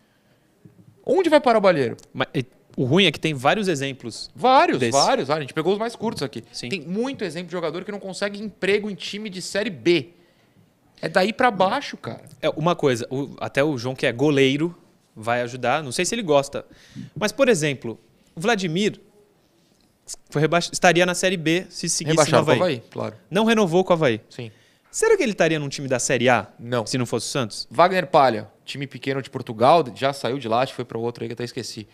Onde vai parar o Balheiro? Mas, o ruim é que tem vários exemplos. Vários. A gente pegou os mais curtos aqui. Sim. Tem muito exemplo de jogador que não consegue emprego em time de Série B. É daí pra baixo, cara. Uma coisa, até o João, que é goleiro, vai ajudar. Não sei se ele gosta. Mas, por exemplo, o Vladimir estaria na Série B se seguisse no Avaí. Com o Avaí, claro. Não renovou com o Avaí. Sim. Será que ele estaria num time da Série A? Não. Se não fosse o Santos? Wagner Palha, time pequeno de Portugal, já saiu de lá, acho que foi para outro aí que eu até esqueci.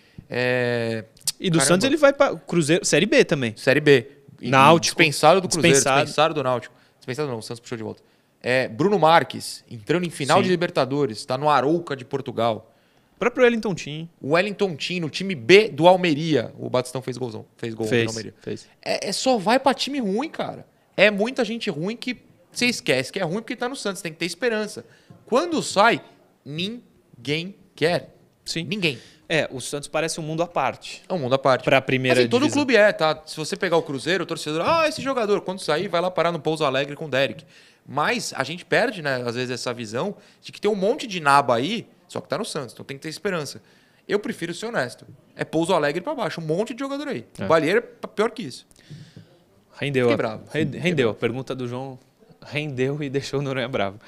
E do Santos ele vai para Cruzeiro, Série B também. Série B. Náutico. Dispensado do Cruzeiro, dispensado do Náutico. Dispensado não, o Santos puxou de volta. Bruno Marques, entrando em final de Libertadores, está no Arouca de Portugal. O próprio Wellington Tim. O Wellington Tim, no time B do Almeria. O Batistão fez gol no Almeria. Só vai para time ruim, cara. É muita gente ruim que você esquece que é ruim porque tá no Santos. Tem que ter esperança. Quando sai, ninguém quer. Sim. Ninguém. O Santos parece um mundo à parte. É um mundo à parte. Para a primeira divisão. Todo clube tá? Se você pegar o Cruzeiro, o torcedor... esse jogador, quando sair, vai lá parar no Pouso Alegre com o Derek. Mas a gente perde, né, às vezes, essa visão de que tem um monte de naba aí, só que tá no Santos. Então tem que ter esperança. Eu prefiro ser honesto. É Pouso Alegre para baixo. Um monte de jogador aí. O Balheiro é pior que isso. Rendeu. Fiquei bravo. Rendeu. A pergunta do João rendeu e deixou o Noronha bravo.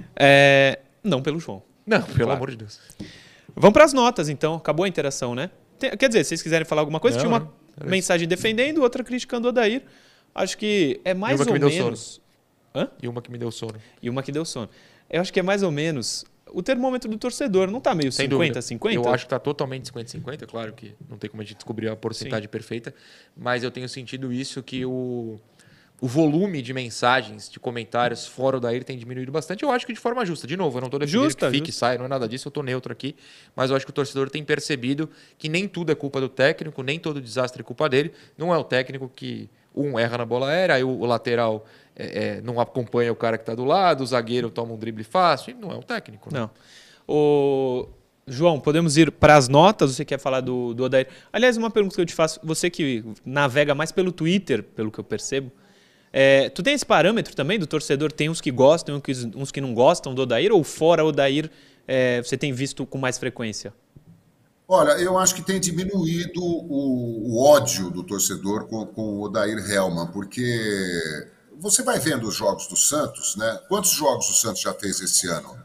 Não pelo João. Não, pelo amor de Deus. Vamos para as notas, então. Acabou a interação, né? Quer dizer, se vocês quiserem falar alguma coisa, tinha uma mensagem defendendo, outra criticando o Odair. Acho que é mais ou menos... E uma que me deu sono. Eu acho que é mais ou menos o termômetro do torcedor. Não está meio 50-50? Eu acho que está totalmente 50-50. Claro que não tem como a gente descobrir a porcentagem perfeita. Mas eu tenho sentido isso, que o volume de mensagens, de comentários fora o Odair tem diminuído bastante. Eu acho que de forma justa. De novo, eu não estou defendendo que fique, saia, não é nada disso. Eu estou neutro aqui. Mas eu acho que o torcedor tem percebido que nem tudo é culpa do técnico, nem todo desastre é culpa dele. Não é o técnico que erra na bola aérea, aí o lateral não acompanha o cara que está do lado, o zagueiro toma um drible fácil. Não é o técnico. Né? Não. João, podemos ir para as notas? Você quer falar do Odair? Aliás, uma pergunta que eu te faço. Você que navega mais pelo Twitter, pelo que eu percebo, tu tem esse parâmetro também do torcedor? Tem uns que gostam, uns que não gostam do Odair? Ou fora o Odair você tem visto com mais frequência? Olha, eu acho que tem diminuído o ódio do torcedor com o Odair Hellmann, porque você vai vendo os jogos do Santos, né? Quantos jogos o Santos já fez esse ano?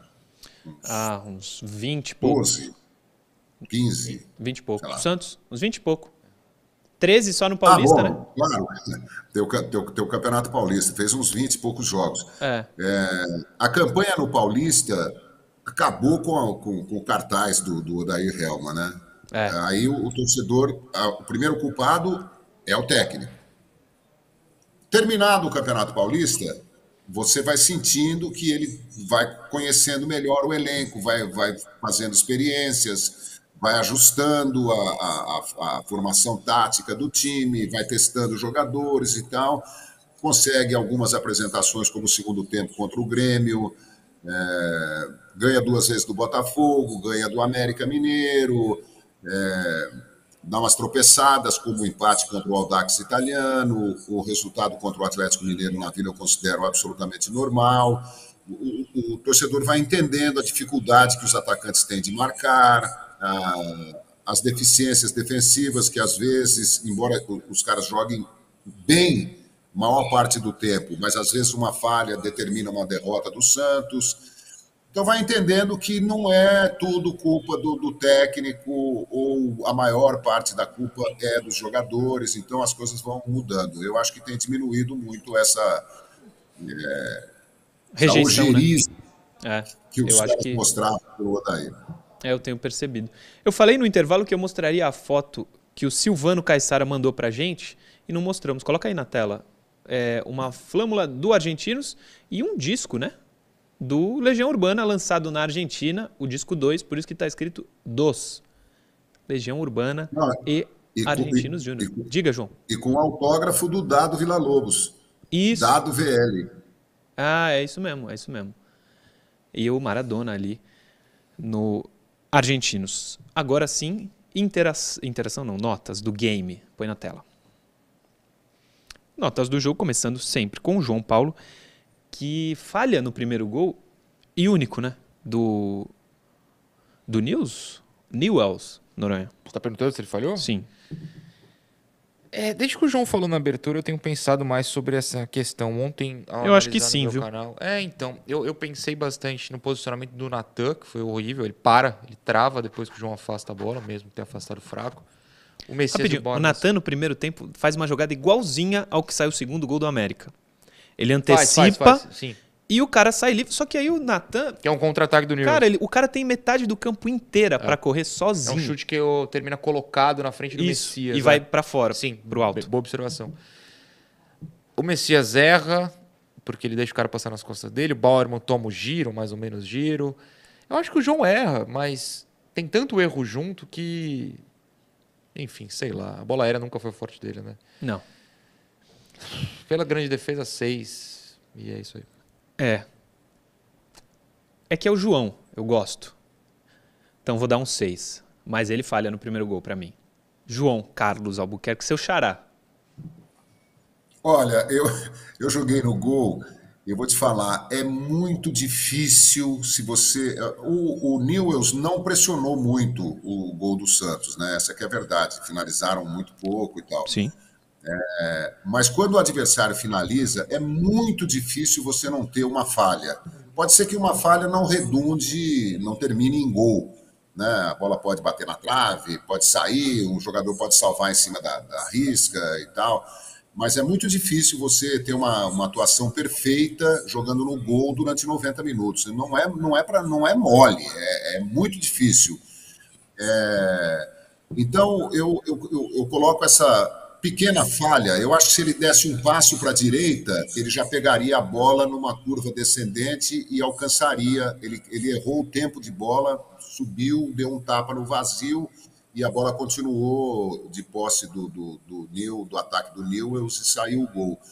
Uns 20 e pouco. 12, 15. 20 e pouco. O Santos, uns 20 e pouco. 13 só no Paulista, né? Claro, tem o Campeonato Paulista, fez uns 20 e poucos jogos. A campanha no Paulista acabou com o cartaz do Odair Hellmann, né? Aí o torcedor, o primeiro culpado é o técnico. Terminado o Campeonato Paulista, você vai sentindo que ele vai conhecendo melhor o elenco, vai fazendo experiências, vai ajustando a formação tática do time, vai testando jogadores e tal, consegue algumas apresentações como o segundo tempo contra o Grêmio, ganha 2 vezes do Botafogo, ganha do América Mineiro, dá umas tropeçadas, como o empate contra o Audax Italiano, o resultado contra o Atlético Mineiro na Vila eu considero absolutamente normal. O torcedor vai entendendo a dificuldade que os atacantes têm de marcar, as deficiências defensivas que, às vezes, embora os caras joguem bem maior parte do tempo, mas, às vezes, uma falha determina uma derrota do Santos. Então vai entendendo que não é tudo culpa do técnico ou a maior parte da culpa é dos jogadores, então as coisas vão mudando. Eu acho que tem diminuído muito essa rejeição, ojeriza, né? que os caras mostravam pelo Odair. Eu tenho percebido. Eu falei no intervalo que eu mostraria a foto que o Silvano Caissara mandou pra gente e não mostramos. Coloca aí na tela. Uma flâmula do Argentinos e um disco, né? Do Legião Urbana, lançado na Argentina, o disco 2, por isso que está escrito DOS. Legião Urbana e Argentinos Júnior. Diga, João. E com o autógrafo do Dado Villa-Lobos. Isso. Dado VL. É isso mesmo, é isso mesmo. E o Maradona ali no Argentinos. Agora sim, interação não, notas do game. Põe na tela. Notas do jogo, começando sempre com o João Paulo, que falha no primeiro gol, e único, né? Do Newells, Noronha. Você tá perguntando se ele falhou? Sim. Desde que o João falou na abertura, eu tenho pensado mais sobre essa questão. Ontem, eu acho que sim, viu? Canal, então, eu pensei bastante no posicionamento do Natan, que foi horrível. Ele ele trava depois que o João afasta a bola, mesmo ter afastado fraco. O Messias o Natan, no primeiro tempo, faz uma jogada igualzinha ao que sai o segundo gol do América. Ele antecipa sim. E o cara sai livre. Só que aí o Natan... Que é um contra-ataque do Newell's. Cara, o cara tem metade do campo inteira pra correr sozinho. É um chute que termina colocado na frente do Messias. E vai pra fora, sim, pro alto. Boa observação. O Messias erra, porque ele deixa o cara passar nas costas dele. O Bauerman toma o giro, mais ou menos giro. Eu acho que o João erra, mas tem tanto erro junto que... Enfim, sei lá. A bola aérea nunca foi forte dele, né? Não. Pela grande defesa, 6. E é isso aí. É que é o João, eu gosto. Então vou dar um 6. Mas ele falha no primeiro gol pra mim. João Carlos Albuquerque, seu xará. Olha, eu joguei no gol, eu vou te falar, é muito difícil se você... O Newell's não pressionou muito o gol do Santos, né? Essa que é a verdade. Finalizaram muito pouco e tal. Sim. Mas quando o adversário finaliza, é muito difícil você não ter uma falha. Pode ser que uma falha não redunde, não termine em gol, né? A bola pode bater na trave, pode sair, um jogador pode salvar em cima da risca e tal, mas é muito difícil você ter uma atuação perfeita jogando no gol durante 90 minutos. Não é mole, é muito difícil. Então, eu coloco essa pequena falha. Eu acho que se ele desse um passo para a direita, ele já pegaria a bola numa curva descendente e alcançaria. Ele errou o tempo de bola, subiu, deu um tapa no vazio e a bola continuou de posse do ataque do Newell's e saiu o gol.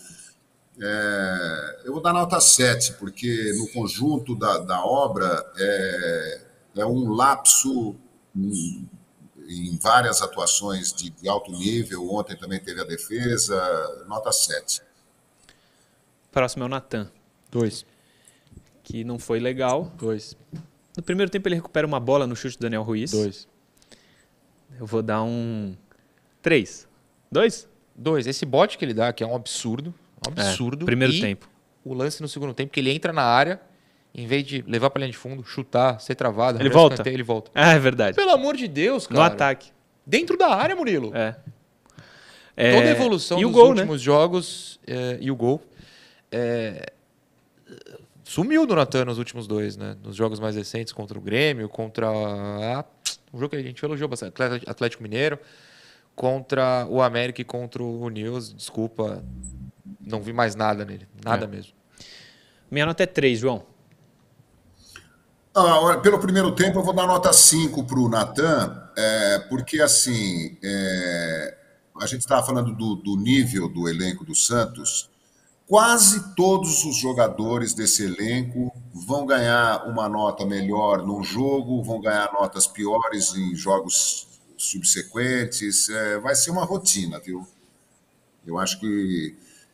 Eu vou dar nota 7, porque no conjunto da obra é um lapso em várias atuações de alto nível. Ontem também teve a defesa, nota 7. Próximo é o Natan. 2. Que não foi legal. 2. No primeiro tempo ele recupera uma bola no chute do Daniel Ruiz. 2. Eu vou dar um 3. 2? 2. Esse bote que ele dá, que é um absurdo. Primeiro tempo. O lance no segundo tempo, que ele entra na área, em vez de levar pra linha de fundo, chutar, ser travado, ele volta. Escanteio, ele volta. É verdade. Pelo amor de Deus, cara. No ataque. Dentro da área, Murilo. Toda a evolução dos gol, últimos jogos e o gol. sumiu do Natan nos últimos 2, né? Nos jogos mais recentes, contra o Grêmio, contra um jogo que a gente elogiou bastante, Atlético Mineiro, contra o América e contra o News. Desculpa, não vi mais nada nele. Nada mesmo. Minha nota é 3, João. Pelo primeiro tempo, eu vou dar nota 5 para o Natan, porque, assim, a gente estava falando do nível do elenco do Santos. Quase todos os jogadores desse elenco vão ganhar uma nota melhor num jogo, vão ganhar notas piores em jogos subsequentes. Vai ser uma rotina, viu? Eu acho que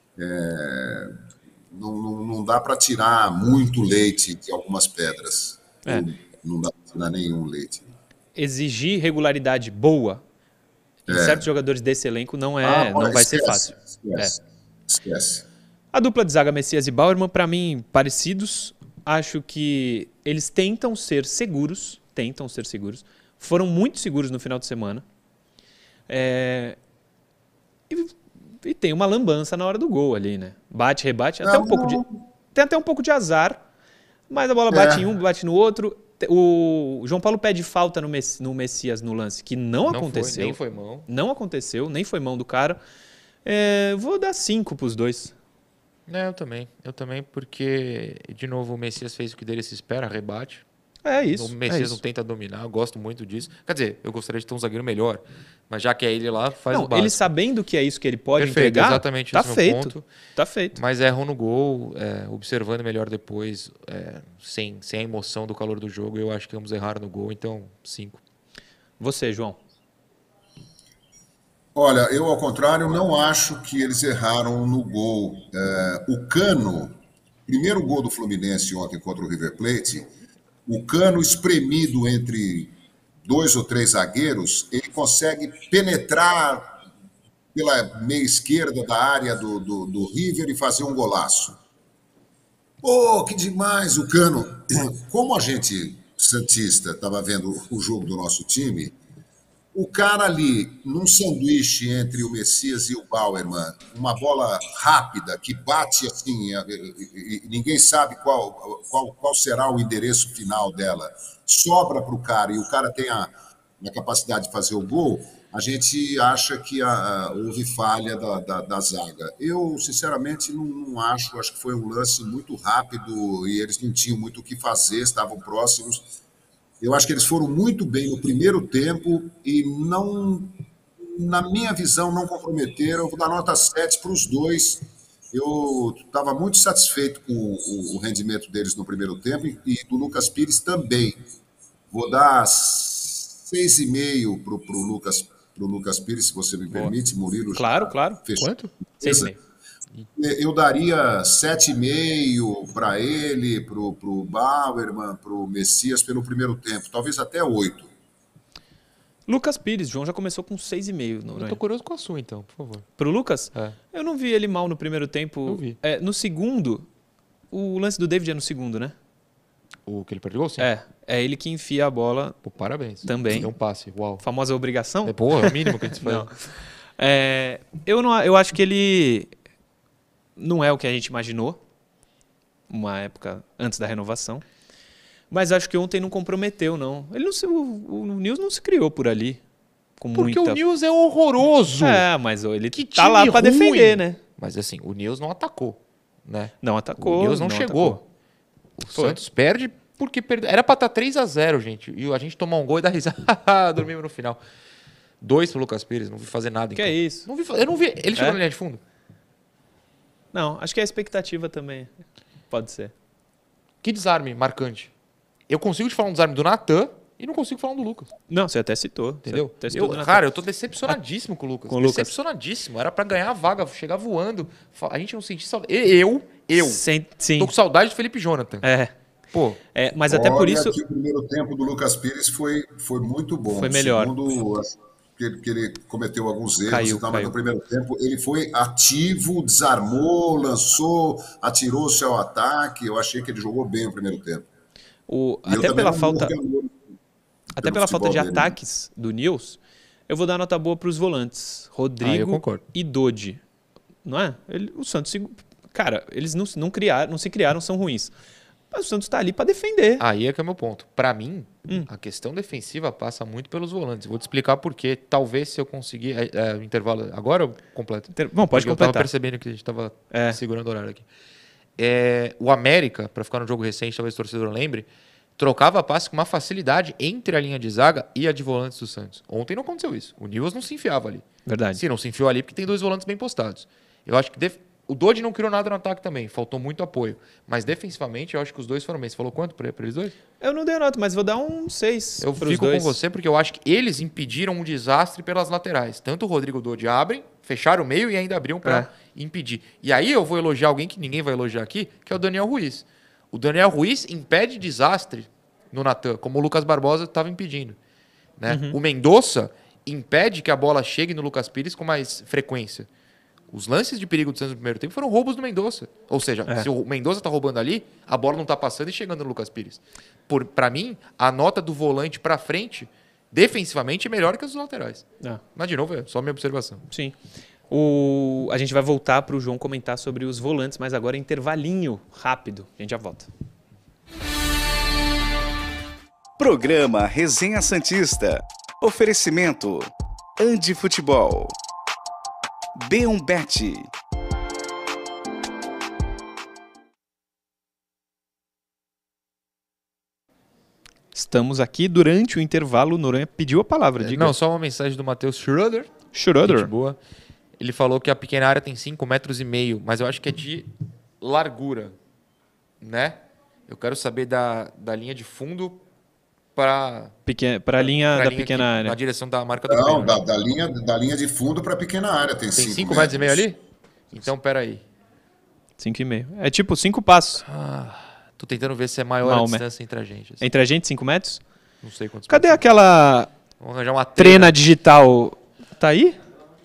não dá para tirar muito leite de algumas pedras. Não dá para tirar nenhum leite. Exigir regularidade boa em certos jogadores desse elenco não vai ser fácil. Esquece. A dupla de zaga Messias e Bauerman, para mim, parecidos. Acho que eles tentam ser seguros. Foram muito seguros no final de semana. E tem uma lambança na hora do gol ali, né? Bate, rebate. Tem até um pouco de azar, mas a bola bate em um, bate no outro. O João Paulo pede falta no Messias no lance, que não aconteceu. Nem foi mão. Não aconteceu, nem foi mão do cara. Vou dar 5 para os dois. Eu também, porque, de novo, o Messias fez o que dele se espera, rebate. Isso. O Messias não tenta dominar, eu gosto muito disso. Quer dizer, eu gostaria de ter um zagueiro melhor, mas já que é ele lá, faz o básico. Ele sabendo que é isso que ele pode entregar, exatamente tá esse feito. Meu ponto. Tá feito. Mas erram no gol, observando melhor depois, sem a emoção do calor do jogo, eu acho que vamos errar no gol, então 5. Você, João? Olha, eu, ao contrário, não acho que eles erraram no gol. O Cano, primeiro gol do Fluminense ontem contra o River Plate, o Cano espremido entre 2 ou 3 zagueiros, ele consegue penetrar pela meia esquerda da área do River e fazer um golaço. Que demais o Cano. Como a gente, santista, estava vendo o jogo do nosso time, o cara ali, num sanduíche entre o Messias e o Bauerman, uma bola rápida que bate assim, e ninguém sabe qual será o endereço final dela, sobra para o cara e o cara tem a capacidade de fazer o gol, a gente acha que houve falha da zaga. Eu, sinceramente, não acho que foi um lance muito rápido e eles não tinham muito o que fazer, estavam próximos. Eu acho que eles foram muito bem no primeiro tempo e não, na minha visão, não comprometeram. Eu vou dar nota 7 para os dois. Eu estava muito satisfeito com o rendimento deles no primeiro tempo e do Lucas Pires também. Vou dar 6,5 para o Lucas Pires, se você me permite, Murilo. Claro. Fechou. Quanto? 6,5. Eu daria 7,5 para ele, para o Bauerman, para o Messias pelo primeiro tempo, talvez até 8. Lucas Pires, João já começou com 6,5. Eu tô curioso com a sua, então, por favor. Pro Lucas? Eu não vi ele mal no primeiro tempo. Eu vi. No segundo, o lance do David é no segundo, né? O que ele perdeu, sim? É ele que enfia a bola. Pô, parabéns. Também. Deu um passe, uau. Famosa obrigação? É o mínimo que a gente faz. Eu acho que ele não é o que a gente imaginou, uma época antes da renovação, mas acho que ontem não comprometeu, não. O Nils não se criou por ali. Porque o Nils é horroroso. Mas ele tá lá para defender, né? Mas assim, o Nils não atacou, né? Não atacou. O Nils não chegou. O Santos perde porque perdeu. Era pra estar 3-0, gente. E a gente tomar um gol e dar risada. Dormimos no final. 2 pro Lucas Pires, não vi fazer nada. Que é isso? Eu não vi. Ele chegou na linha de fundo? Não, acho que é a expectativa também. Pode ser. Que desarme marcante. Eu consigo te falar um desarme do Natan e não consigo falar um do Lucas. Não, você até citou. Entendeu? Cara, eu tô decepcionadíssimo com o Lucas. Decepcionadíssimo. Era pra ganhar a vaga, chegar voando. A gente não sentia saudade. Eu. Sim. Tô com saudade do Felipe Jonathan. Pô. Mas até por isso. O primeiro tempo do Lucas Pires foi muito bom. Foi melhor. Segundo, que ele cometeu alguns erros. Caiu. Mas no primeiro tempo ele foi ativo, desarmou, lançou, atirou-se ao ataque. Eu achei que ele jogou bem no primeiro tempo. Até pela falta de ataques do Nils, eu vou dar nota boa para os volantes. Rodrigo e Dodi. Não é? O Santos... Cara, eles não se criaram, são ruins. Mas o Santos tá ali para defender. Aí é que é o meu ponto. Para mim, a questão defensiva passa muito pelos volantes. Vou te explicar por quê. Talvez se eu conseguir... o intervalo... Agora eu completo. Bom, pode Porque completar. Eu tava percebendo que a gente tava segurando o horário aqui. O América, para ficar no jogo recente, talvez o torcedor lembre, trocava passe com uma facilidade entre a linha de zaga e a de volantes do Santos. Ontem não aconteceu isso. O Nivas não se enfiava ali. Verdade. Sim, não se enfiou ali porque tem 2 volantes bem postados. Eu acho que o Dodge não criou nada no ataque também. Faltou muito apoio. Mas defensivamente, eu acho que os dois foram bem. Você falou quanto para eles dois? Eu não dei nota, mas vou dar um 6. Eu fico com você porque eu acho que eles impediram um desastre pelas laterais. Tanto o Rodrigo e o Dodge abrem, fecharam o meio e ainda abriam para impedir. E aí eu vou elogiar alguém que ninguém vai elogiar aqui, que é o Daniel Ruiz. O Daniel Ruiz impede desastre no Natan, como o Lucas Barbosa estava impedindo. Né? O Mendonça impede que a bola chegue no Lucas Pires com mais frequência. Os lances de perigo do Santos no primeiro tempo foram roubos do Mendonça. Ou seja, se o Mendonça tá roubando ali, a bola não tá passando e chegando no Lucas Pires. Para mim, a nota do volante para frente, defensivamente, é melhor que as dos laterais. Mas, de novo, é só minha observação. Sim. A gente vai voltar para o João comentar sobre os volantes, mas agora intervalinho rápido. A gente já volta. Programa Resenha Santista. Oferecimento Andi Futebol. B1Bet. Estamos aqui durante o intervalo. O Noronha pediu a palavra. Diga. Não, só uma mensagem do Matheus Schroeder. Schroeder. Boa. Ele falou que a pequena área tem 5,5 metros, mas eu acho que é de largura, né? Eu quero saber da linha de fundo para a linha da pequena área. Na direção da marca do Não, pênalti. da linha de fundo para a pequena área. Tem 5,5 metros ali? Então, peraí. 5,5. É tipo 5 passos. Tô tentando ver se é maior a distância entre a gente. Assim. Entre a gente, 5 metros? Não sei quantos. Cadê aquela Vamos arranjar uma trena digital? Tá aí?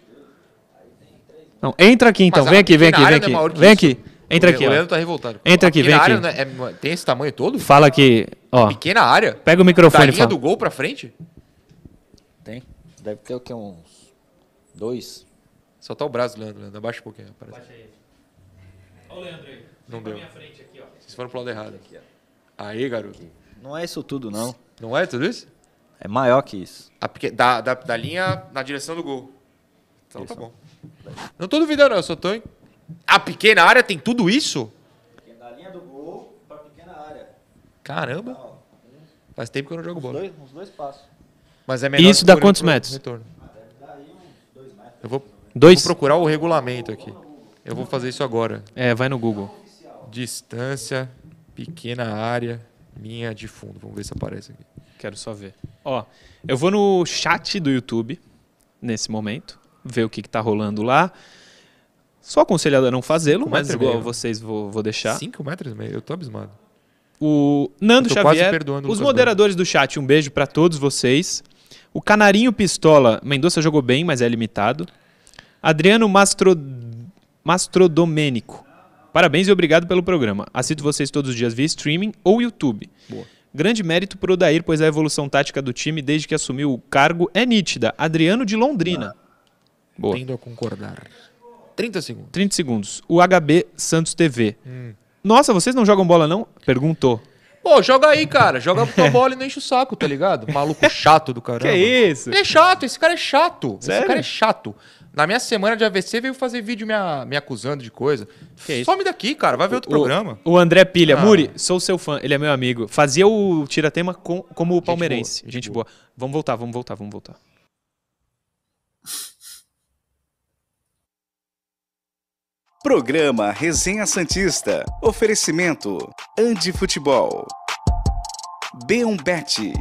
Não, entra aqui então. Vem aqui. Vem aqui. Entra aqui, ó. O Leandro tá revoltado. Entra aqui, vem aqui. Tem esse tamanho todo? Fala aqui, ó. Pequena área? Pega o microfone da e linha fala. do gol pra frente? Tem. Deve ter o quê? Uns 2. Só tá o braço do Leandro. Abaixa um pouquinho. Baixa aí. Olha o Leandro aí. Não deu. Minha frente aqui, ó. Vocês foram pro lado errado. Aqui, ó. Aí, garoto. Não é isso tudo, não. Não é tudo isso? É maior que isso. Da linha na direção do gol. Então isso. Tá bom. Não tô duvidando, eu só tô... A pequena área tem tudo isso? Da linha do gol pra pequena área. Caramba. Faz tempo que eu não jogo bola. Uns 2 passos. Mas é menor. Isso dá quantos metros? Deve dar aí uns 2 metros. Eu vou Dois? procurar o regulamento aqui. Eu vou fazer isso agora. Vai no Google. Distância, pequena área, linha de fundo. Vamos ver se aparece aqui. Quero só ver. Ó, eu vou no chat do YouTube, nesse momento, ver o que tá rolando lá. Sou aconselhado a não fazê-lo, mas igual vocês vou deixar. 5,5 metros? Eu tô abismado. O Nando Xavier, os moderadores do chat, um beijo para todos vocês. O Canarinho Pistola, Mendonça jogou bem, mas é limitado. Adriano Mastrodomênico, parabéns e obrigado pelo programa. Assisto vocês todos os dias via streaming ou YouTube. Boa. Grande mérito pro Odair, pois a evolução tática do time desde que assumiu o cargo é nítida. Adriano de Londrina. Boa. Tendo a concordar. 30 segundos. 30 segundos. O HB Santos TV. Nossa, vocês não jogam bola não? Perguntou. Pô, joga aí, cara. Joga tua bola e não enche o saco, tá ligado? Maluco chato do caramba. Que isso? Ele é chato, esse cara é chato. Sério? Esse cara é chato. Na minha semana de AVC veio fazer vídeo me acusando de coisa. Que Some daqui, cara. Vai ver outro programa. O André Pilha. Muri, sou seu fã. Ele é meu amigo. Fazia o Tiratema como o palmeirense. Gente boa. Vamos voltar. Programa Resenha Santista. Oferecimento Andi Futebol. B1Bet.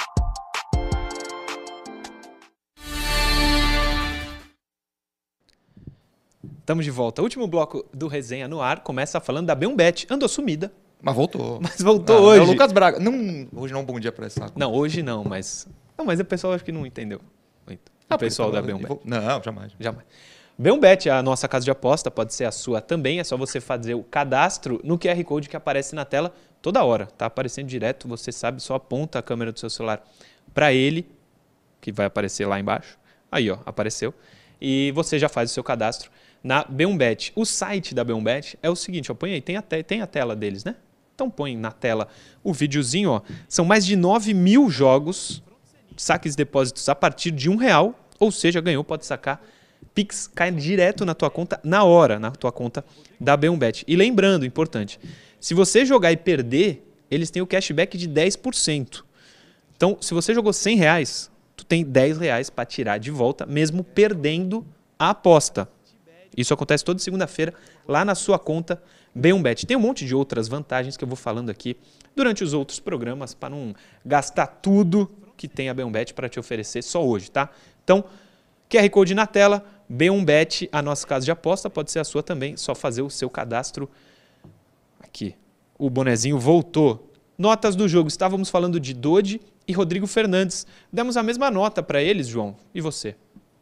Estamos de volta. O último bloco do Resenha no ar começa falando da B1Bet. Andou sumida. Mas voltou. Mas voltou hoje. É o Lucas Braga. Não, hoje não é um bom dia pra essa. Não, hoje não, mas... Não, mas o pessoal acho que não entendeu muito. O pessoal da B1Bet. Não, jamais. B1Bet, a nossa casa de aposta, pode ser a sua também. É só você fazer o cadastro no QR Code que aparece na tela toda hora. Tá aparecendo direto, você sabe, só aponta a câmera do seu celular para ele, que vai aparecer lá embaixo. Aí, ó, apareceu. E você já faz o seu cadastro na B1Bet. O site da B1Bet é o seguinte, ó, põe aí, tem a tela deles, né? Então põe na tela o videozinho, ó. São mais de 9 mil jogos, saques e depósitos a partir de R$1, ou seja, ganhou, pode sacar. Pix cai direto na tua conta, na hora, na tua conta da B1Bet. E lembrando, importante, se você jogar e perder, eles têm o cashback de 10%. Então, se você jogou R$100, tu tem R$10 para tirar de volta, mesmo perdendo a aposta. Isso acontece toda segunda-feira lá na sua conta B1Bet. Tem um monte de outras vantagens que eu vou falando aqui durante os outros programas para não gastar tudo que tem a B1Bet para te oferecer só hoje, tá? Então, QR Code na tela, B1Bet, a nossa casa de aposta, pode ser a sua também, só fazer o seu cadastro aqui. O bonezinho voltou. Notas do jogo, estávamos falando de Dodi e Rodrigo Fernandes. Demos a mesma nota para eles, João. E você?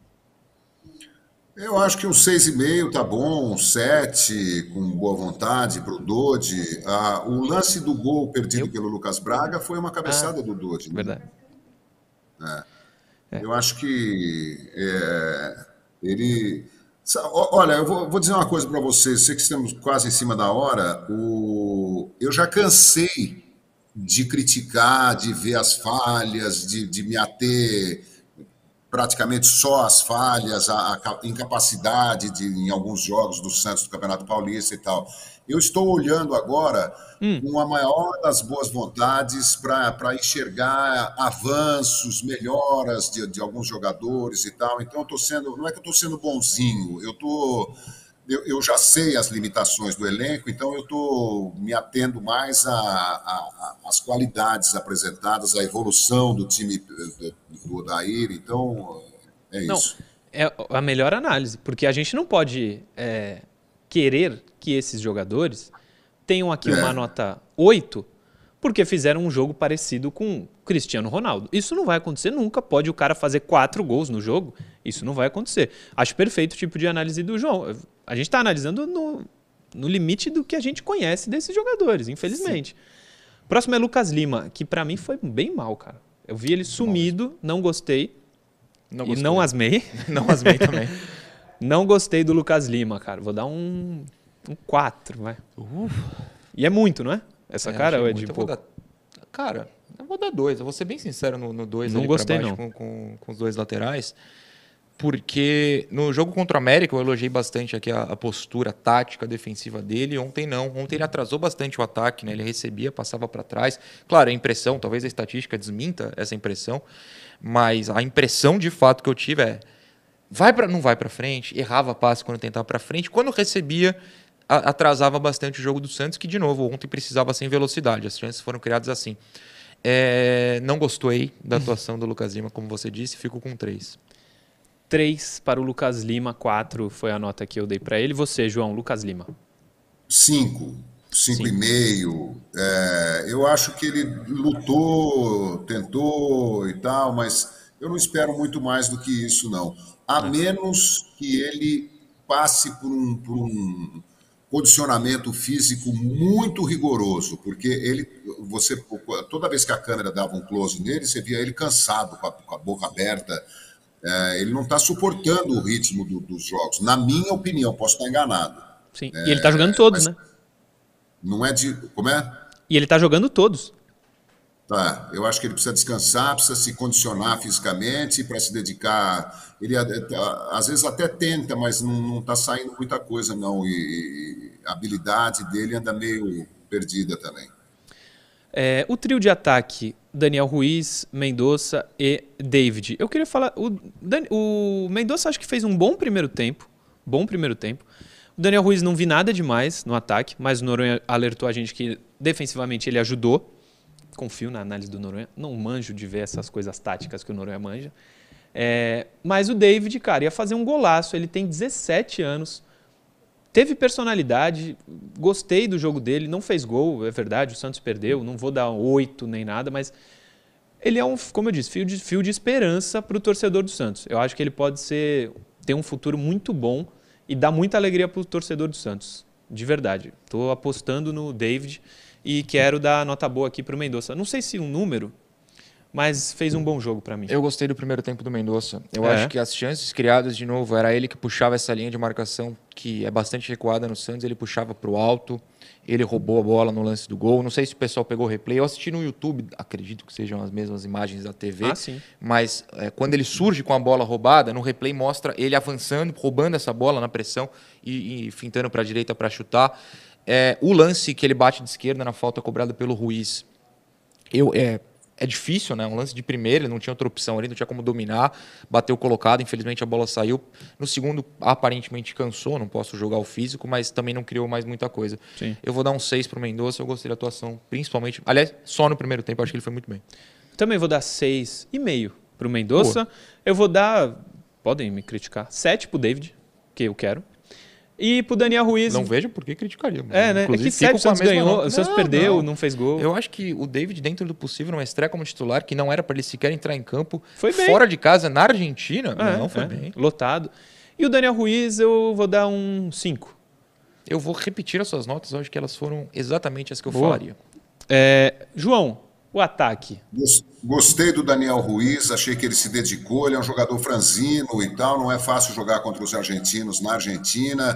Eu acho que um 6,5 tá bom, um 7 com boa vontade para o Dodi. O lance do gol perdido pelo Lucas Braga foi uma cabeçada do Dodi. Verdade. Eu acho que ele... Olha, eu vou dizer uma coisa para vocês. Sei que estamos quase em cima da hora. Eu já cansei de criticar, de ver as falhas, de me ater praticamente só às falhas, a incapacidade em alguns jogos do Santos, do Campeonato Paulista e tal. Eu estou olhando agora com a maior das boas vontades para enxergar avanços, melhoras de alguns jogadores e tal. Então, não é que eu estou sendo bonzinho, eu já sei as limitações do elenco, então eu estou me atendo mais às qualidades apresentadas, à evolução do time do Odair. Então, isso. É a melhor análise, porque a gente não pode querer que esses jogadores tenham aqui uma nota 8 porque fizeram um jogo parecido com Cristiano Ronaldo. Isso não vai acontecer nunca. Pode o cara fazer 4 gols no jogo, isso não vai acontecer. Acho perfeito o tipo de análise do João. A gente está analisando no limite do que a gente conhece desses jogadores, infelizmente. Sim. Próximo é Lucas Lima, que para mim foi bem mal, cara. Eu vi ele sumido, não gostei. E não asmei. Não asmei também. Não gostei do Lucas Lima, cara. Vou dar um 4, vai. E é muito, não é? Essa cara ou é de pouco? Cara, eu vou dar 2. Eu vou ser bem sincero no 2. Não gostei, não. Com os dois laterais. Porque no jogo contra o América eu elogiei bastante aqui a postura tática defensiva dele. Ontem não. Ontem ele atrasou bastante o ataque, né? Ele recebia, passava para trás. Claro, a impressão, talvez a estatística desminta essa impressão, mas a impressão de fato que eu tive não vai para frente, errava passe quando tentava para frente. Quando recebia, atrasava bastante o jogo do Santos, que de novo ontem precisava sem velocidade. As chances foram criadas assim. Não gostei da atuação do Lucas Lima, como você disse, fico com 3. 3 para o Lucas Lima, 4 foi a nota que eu dei para ele. Você, João, Lucas Lima? 5,5. Eu acho que ele lutou, tentou e tal, mas eu não espero muito mais do que isso, não. A menos que ele passe por um condicionamento físico muito rigoroso, porque toda vez que a câmera dava um close nele, você via ele cansado, com a boca aberta. Ele não está suportando o ritmo dos jogos, na minha opinião, posso estar enganado. Sim, e ele está jogando todos, né? Não é de... Como é? E ele está jogando todos. Tá, eu acho que ele precisa descansar, precisa se condicionar fisicamente para se dedicar. Ele às vezes até tenta, mas não está saindo muita coisa, não. E a habilidade dele anda meio perdida também. O trio de ataque, Daniel Ruiz, Mendonça e David. Eu queria falar... O Mendonça acho que fez um bom primeiro tempo. O Daniel Ruiz não vi nada demais no ataque, mas o Noronha alertou a gente que defensivamente ele ajudou. Confio na análise do Noronha. Não manjo de ver essas coisas táticas que o Noronha manja. Mas o David, cara, ia fazer um golaço. Ele tem 17 anos. Teve personalidade, gostei do jogo dele, não fez gol, é verdade, o Santos perdeu, não vou dar 8 nem nada, mas ele é como eu disse, fio de esperança para o torcedor do Santos. Eu acho que ele pode ter um futuro muito bom e dar muita alegria para o torcedor do Santos, de verdade. Estou apostando no David e quero dar nota boa aqui para o Mendonça. Não sei se um número, mas fez um bom jogo para mim. Eu gostei do primeiro tempo do Mendonça. Eu acho que as chances criadas, de novo, era ele que puxava essa linha de marcação que é bastante recuada no Santos, ele puxava para o alto, ele roubou a bola no lance do gol. Não sei se o pessoal pegou o replay. Eu assisti no YouTube, acredito que sejam as mesmas imagens da TV. Sim. Mas quando ele surge com a bola roubada, no replay mostra ele avançando, roubando essa bola na pressão e fintando para a direita para chutar. O lance que ele bate de esquerda na falta cobrada pelo Ruiz, é difícil, né? Um lance de primeira, ele não tinha outra opção ali, não tinha como dominar, bateu colocado, infelizmente a bola saiu. No segundo, aparentemente cansou, não posso jogar o físico, mas também não criou mais muita coisa. Sim. Eu vou dar um 6 pro Mendonça, eu gostei da atuação, principalmente, aliás, só no primeiro tempo, eu acho que ele foi muito bem. Também vou dar 6,5 pro Mendonça. Eu vou dar, podem me criticar, 7 pro David, que eu quero. E pro Daniel Ruiz... Não vejo por que criticaria. Né? É que 7 o Santos ganhou, o Santos perdeu, não fez gol. Eu acho que o David, dentro do possível, numa estreia como titular, que não era para ele sequer entrar em campo, foi bem. Fora de casa, na Argentina, foi bem. Lotado. E o Daniel Ruiz eu vou dar um 5. Eu vou repetir as suas notas, eu acho que elas foram exatamente as que eu falaria. João, o ataque. Gostei do Daniel Ruiz, achei que ele se dedicou, ele é um jogador franzino e tal, não é fácil jogar contra os argentinos na Argentina,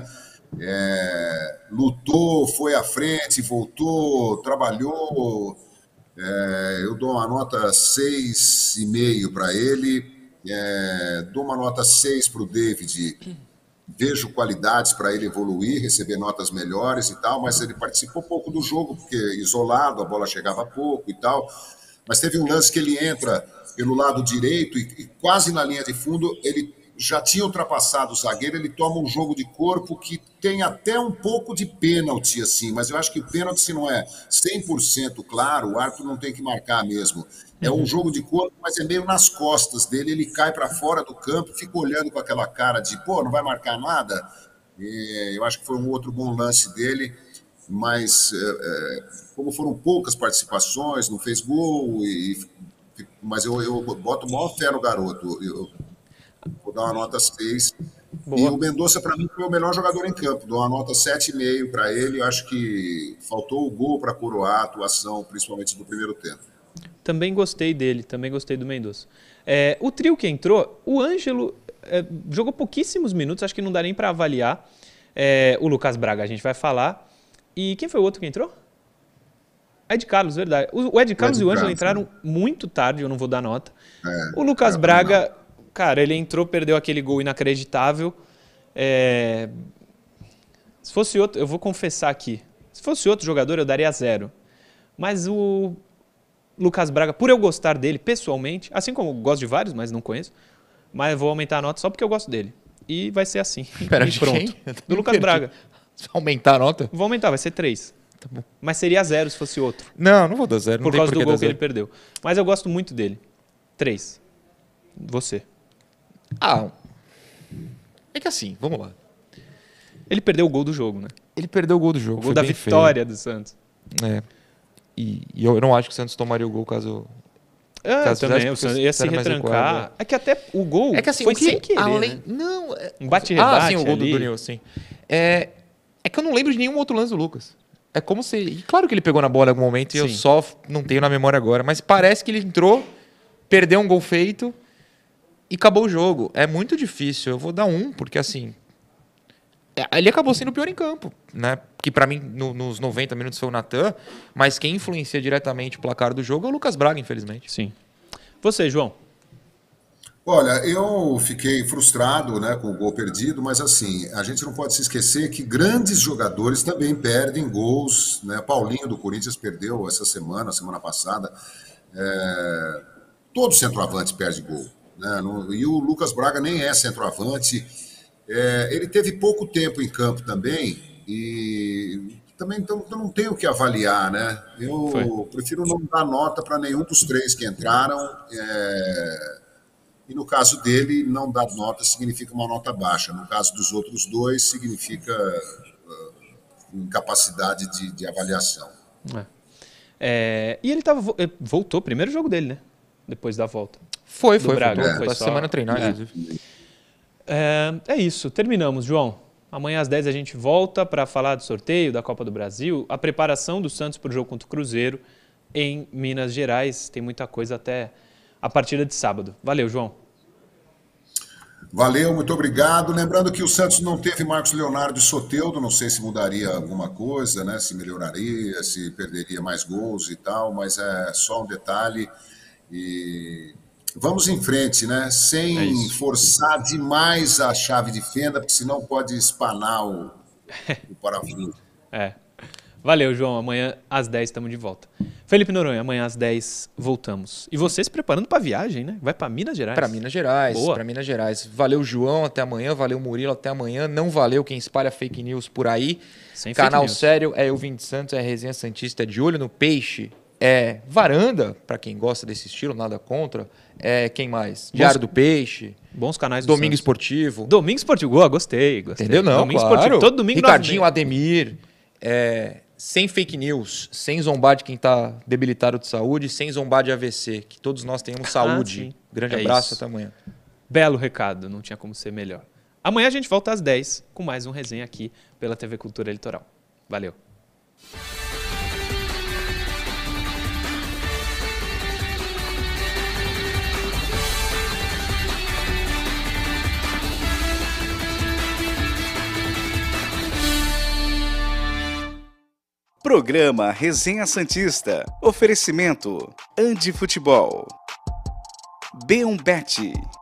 lutou, foi à frente, voltou, trabalhou, eu dou uma nota 6,5 para ele, dou uma nota 6 para o David, vejo qualidades para ele evoluir, receber notas melhores e tal, mas ele participou pouco do jogo, porque isolado, a bola chegava pouco e tal. Mas teve um lance que ele entra pelo lado direito e quase na linha de fundo, ele já tinha ultrapassado o zagueiro, ele toma um jogo de corpo que tem até um pouco de pênalti, assim, mas eu acho que o pênalti, se não é 100% claro, o árbitro não tem que marcar mesmo. É um jogo de corpo, mas é meio nas costas dele, ele cai para fora do campo, fica olhando com aquela cara de, não vai marcar nada? Eu acho que foi um outro bom lance dele, mas como foram poucas participações, não fez gol, mas eu boto maior fé no garoto, eu vou dar uma nota 6. Boa. E o Mendonça, para mim, foi o melhor jogador em campo. Dou uma nota 7,5 para ele. Eu acho que faltou o gol para coroar a atuação, principalmente do primeiro tempo. Também gostei dele, também gostei do Mendonça. O trio que entrou, o Ângelo jogou pouquíssimos minutos, acho que não dá nem para avaliar. O Lucas Braga a gente vai falar. E quem foi o outro que entrou? Ed Carlos, verdade. O Ed Carlos e o Ângelo entraram muito tarde, eu não vou dar nota. O Lucas Braga... Cara, ele entrou, perdeu aquele gol inacreditável. Se fosse outro, eu vou confessar aqui, se fosse outro jogador eu daria 0. Mas o Lucas Braga, por eu gostar dele pessoalmente, assim como eu gosto de vários, mas não conheço, mas eu vou aumentar a nota só porque eu gosto dele. E vai ser assim. Pera, de pronto. Quem? Do Lucas Braga. Você vai aumentar a nota? Vou aumentar, vai ser 3. Tá bom. Mas seria 0 se fosse outro. Não vou dar 0. Por causa do gol que ele perdeu. Mas eu gosto muito dele. 3. Você. É que assim, vamos lá. Ele perdeu o gol do jogo, né? Ele perdeu o gol do jogo. O gol da vitória do Santos. E eu não acho que o Santos tomaria o gol caso também, o Santos ia se retrancar. É que até o gol assim, foi sem querer, né? Não... Um bate-rebate sim, o gol ali. do Dunil, sim. É que eu não lembro de nenhum outro lance do Lucas. É como se... E claro que ele pegou na bola em algum momento e eu só não tenho na memória agora, mas parece que ele entrou, perdeu um gol feito e acabou o jogo. É muito difícil. Eu vou dar 1, porque assim... Ele acabou sendo o pior em campo, né? Que para mim, nos 90 minutos foi o Natan, mas quem influencia diretamente o placar do jogo é o Lucas Braga, infelizmente. Sim. Você, João? Olha, eu fiquei frustrado, né, com o gol perdido, mas assim, a gente não pode se esquecer que grandes jogadores também perdem gols, né? Paulinho do Corinthians perdeu essa semana passada. Todo centroavante perde gol, né? E o Lucas Braga nem é centroavante. Ele teve pouco tempo em campo também e também então, não tenho o que avaliar, né? Eu prefiro não dar nota para nenhum dos 3 que entraram. E no caso dele, não dar nota significa uma nota baixa. No caso dos outros 2, significa incapacidade de avaliação. E ele voltou, primeiro jogo dele, né? Depois da volta. Foi Braga. Foi semana treinar, inclusive. É isso, terminamos, João. Amanhã às 10 a gente volta para falar do sorteio da Copa do Brasil, a preparação do Santos para o jogo contra o Cruzeiro em Minas Gerais. Tem muita coisa até a partida de sábado. Valeu, João. Valeu, muito obrigado. Lembrando que o Santos não teve Marcos Leonardo e Soteldo, não sei se mudaria alguma coisa, né? Se melhoraria, se perderia mais gols e tal, mas é só um detalhe. E vamos em frente, né? Sem forçar demais a chave de fenda, porque senão pode espanar o parafuso. Valeu, João. Amanhã às 10 estamos de volta. Felipe Noronha, amanhã às 10 voltamos. E você se preparando para a viagem, né? Vai para Minas Gerais. Para Minas Gerais, Boa. para Minas Gerais. Valeu, João, até amanhã. Valeu, Murilo, até amanhã. Não valeu quem espalha fake news por aí. Sem Canal fake news. sério é o Vinte Santos, é Resenha Santista, é De Olho no Peixe, é Varanda, para quem gosta desse estilo, nada contra. É quem mais? Diário do Peixe. Bons canais do Domingo Santos. Esportivo. Domingo Esportivo. Boa, gostei. Entendeu? Não, Domingo claro. Esportivo. Todo domingo Ricardinho, 9h30. Ademir. Sem fake news, sem zombar de quem está debilitado de saúde, sem zombar de AVC. Que todos nós tenhamos saúde. Sim. Grande É abraço, isso. até amanhã. Belo recado, não tinha como ser melhor. Amanhã a gente volta às 10 com mais um resenha aqui pela TV Cultura Litoral. Valeu. Programa Resenha Santista. Oferecimento Andi Futebol. B1Bet.